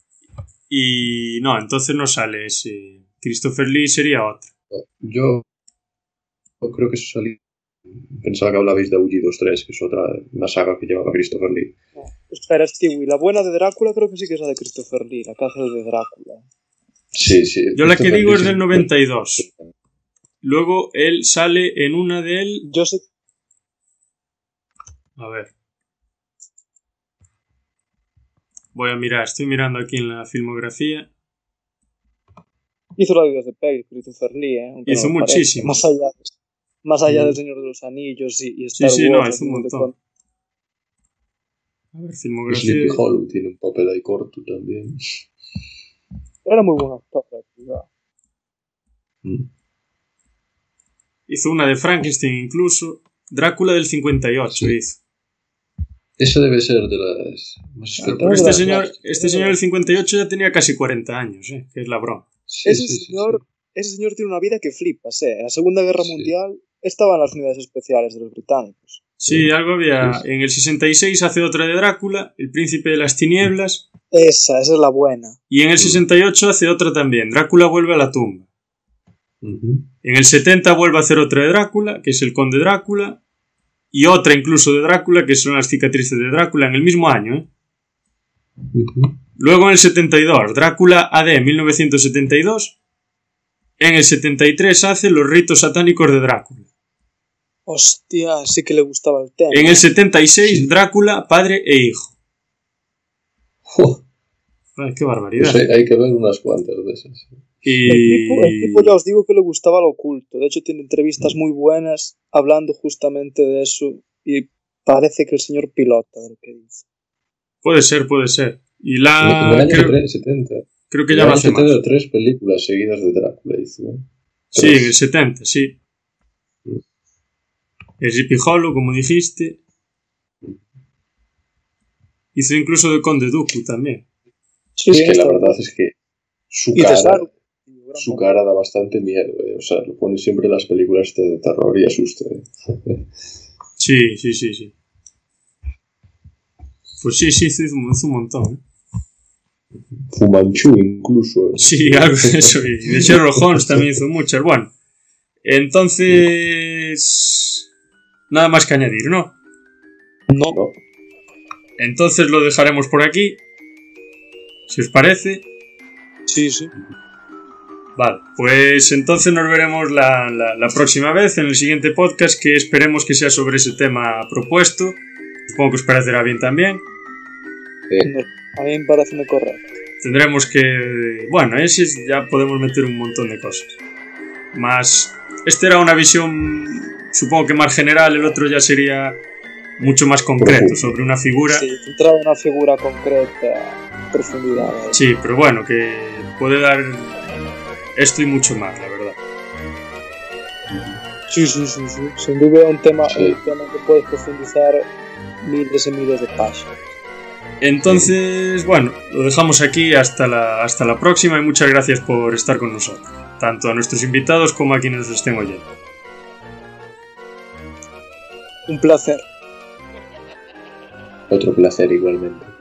Y no, entonces no sale ese. Christopher Lee sería otro. Yo creo que eso salió. Pensaba que hablabais de Aullidos tres, que es otra una saga que llevaba Christopher Lee. No. Espera, Stewie, la buena de Drácula creo que sí que es la de Christopher Lee, la que hace el de Drácula. Sí, sí. Yo la que Christopher digo Lee es sí. del noventa y dos. Luego él sale en una de él. Yo sé... A ver. Voy a mirar, estoy mirando aquí en la filmografía. Hizo la vida de Peggy, Christopher Lee, ¿eh? Aunque Hizo no lo parezca. muchísimo. Más allá, más allá Mm. del Señor de los Anillos y, y Star Sí, sí, Wars. no, hizo un al fin de montón. cuentas. A ver, Sleepy filmografía. Hollow tiene un papel ahí corto también. Era muy buen actor, la verdad. Mm. Hizo una de Frankenstein incluso. Drácula del cincuenta y ocho Sí. hizo. Esa debe ser de las más Claro, pero espectaculares. este las señor, más- este señor del cincuenta y ocho ya tenía casi cuarenta años, ¿eh? Que es la broma. Sí, Ese, sí, sí, señor, sí. ese señor tiene una vida que flipas, ¿eh? En la Segunda Guerra Sí. Mundial estaba en las unidades especiales de los británicos. Sí, algo había. Sí, sí. En el sesenta y seis hace otra de Drácula, El Príncipe de las Tinieblas. Esa, esa es la buena. Y en el Mm. sesenta y ocho hace otra también, Drácula vuelve a la tumba. Ujú. En el setenta vuelve a hacer otra de Drácula, que es El Conde Drácula. Y otra incluso de Drácula, que son Las cicatrices de Drácula, en el mismo año, ¿eh? Ujú. Luego en el setenta y dos, Drácula A D mil novecientos setenta y dos. En el setenta y tres hace Los ritos satánicos de Drácula. Hostia, sí que le gustaba el tema. En el setenta y seis, Drácula, padre e hijo. Jo, Ay, qué barbaridad. pues hay, hay que ver unas cuantas de esas. Y... El tipo, el tipo ya os digo que le gustaba lo oculto. De hecho, tiene entrevistas muy buenas hablando justamente de eso. Y parece que el señor pilota de lo que dice. Puede ser, puede ser. Y En la... el año Creo, tre- setenta. creo que En ya el no año hace más. setenta, tres películas seguidas de Drácula hizo. ¿eh? Sí, Tres. en el setenta, sí. El Sleepy Hollow, como dijiste. Hizo incluso de Conde Dooku también. Sí, Es que la está- verdad es que su Y cara... Cesaro. su cara da bastante miedo, ¿eh? O sea, lo pone siempre en las películas de terror y asusta, ¿eh? Sí, sí, sí, sí. Pues sí, sí, hizo, hizo un montón, ¿eh? Fumanchu incluso. ¿eh? Sí, algo de eso. Y de Sherlock Holmes también hizo muchas. Bueno, entonces... Nada más que añadir, ¿no? No. No. Entonces lo dejaremos por aquí. Si os parece. Sí, sí. Vale, pues entonces nos veremos la, la, la próxima vez en el siguiente podcast, que esperemos que sea sobre ese tema propuesto. Supongo que os parecerá bien también. Sí. A mí me parece muy correcto. Tendremos que... Bueno, ese ya podemos meter un montón de cosas. Más... Esta era una visión, supongo que más general, el otro ya sería mucho más concreto, sobre una figura. Sí, centrado en una figura concreta, profundidad. ¿eh? Sí, pero bueno, que puede dar esto y mucho más, la verdad. Sí, sí, sí, sí. Sin duda un tema, Sí. un tema que puedes profundizar miles y miles de páginas. Entonces, bueno, lo dejamos aquí hasta la, hasta la próxima y muchas gracias por estar con nosotros, tanto a nuestros invitados como a quienes nos estén oyendo. Un placer. Otro placer igualmente.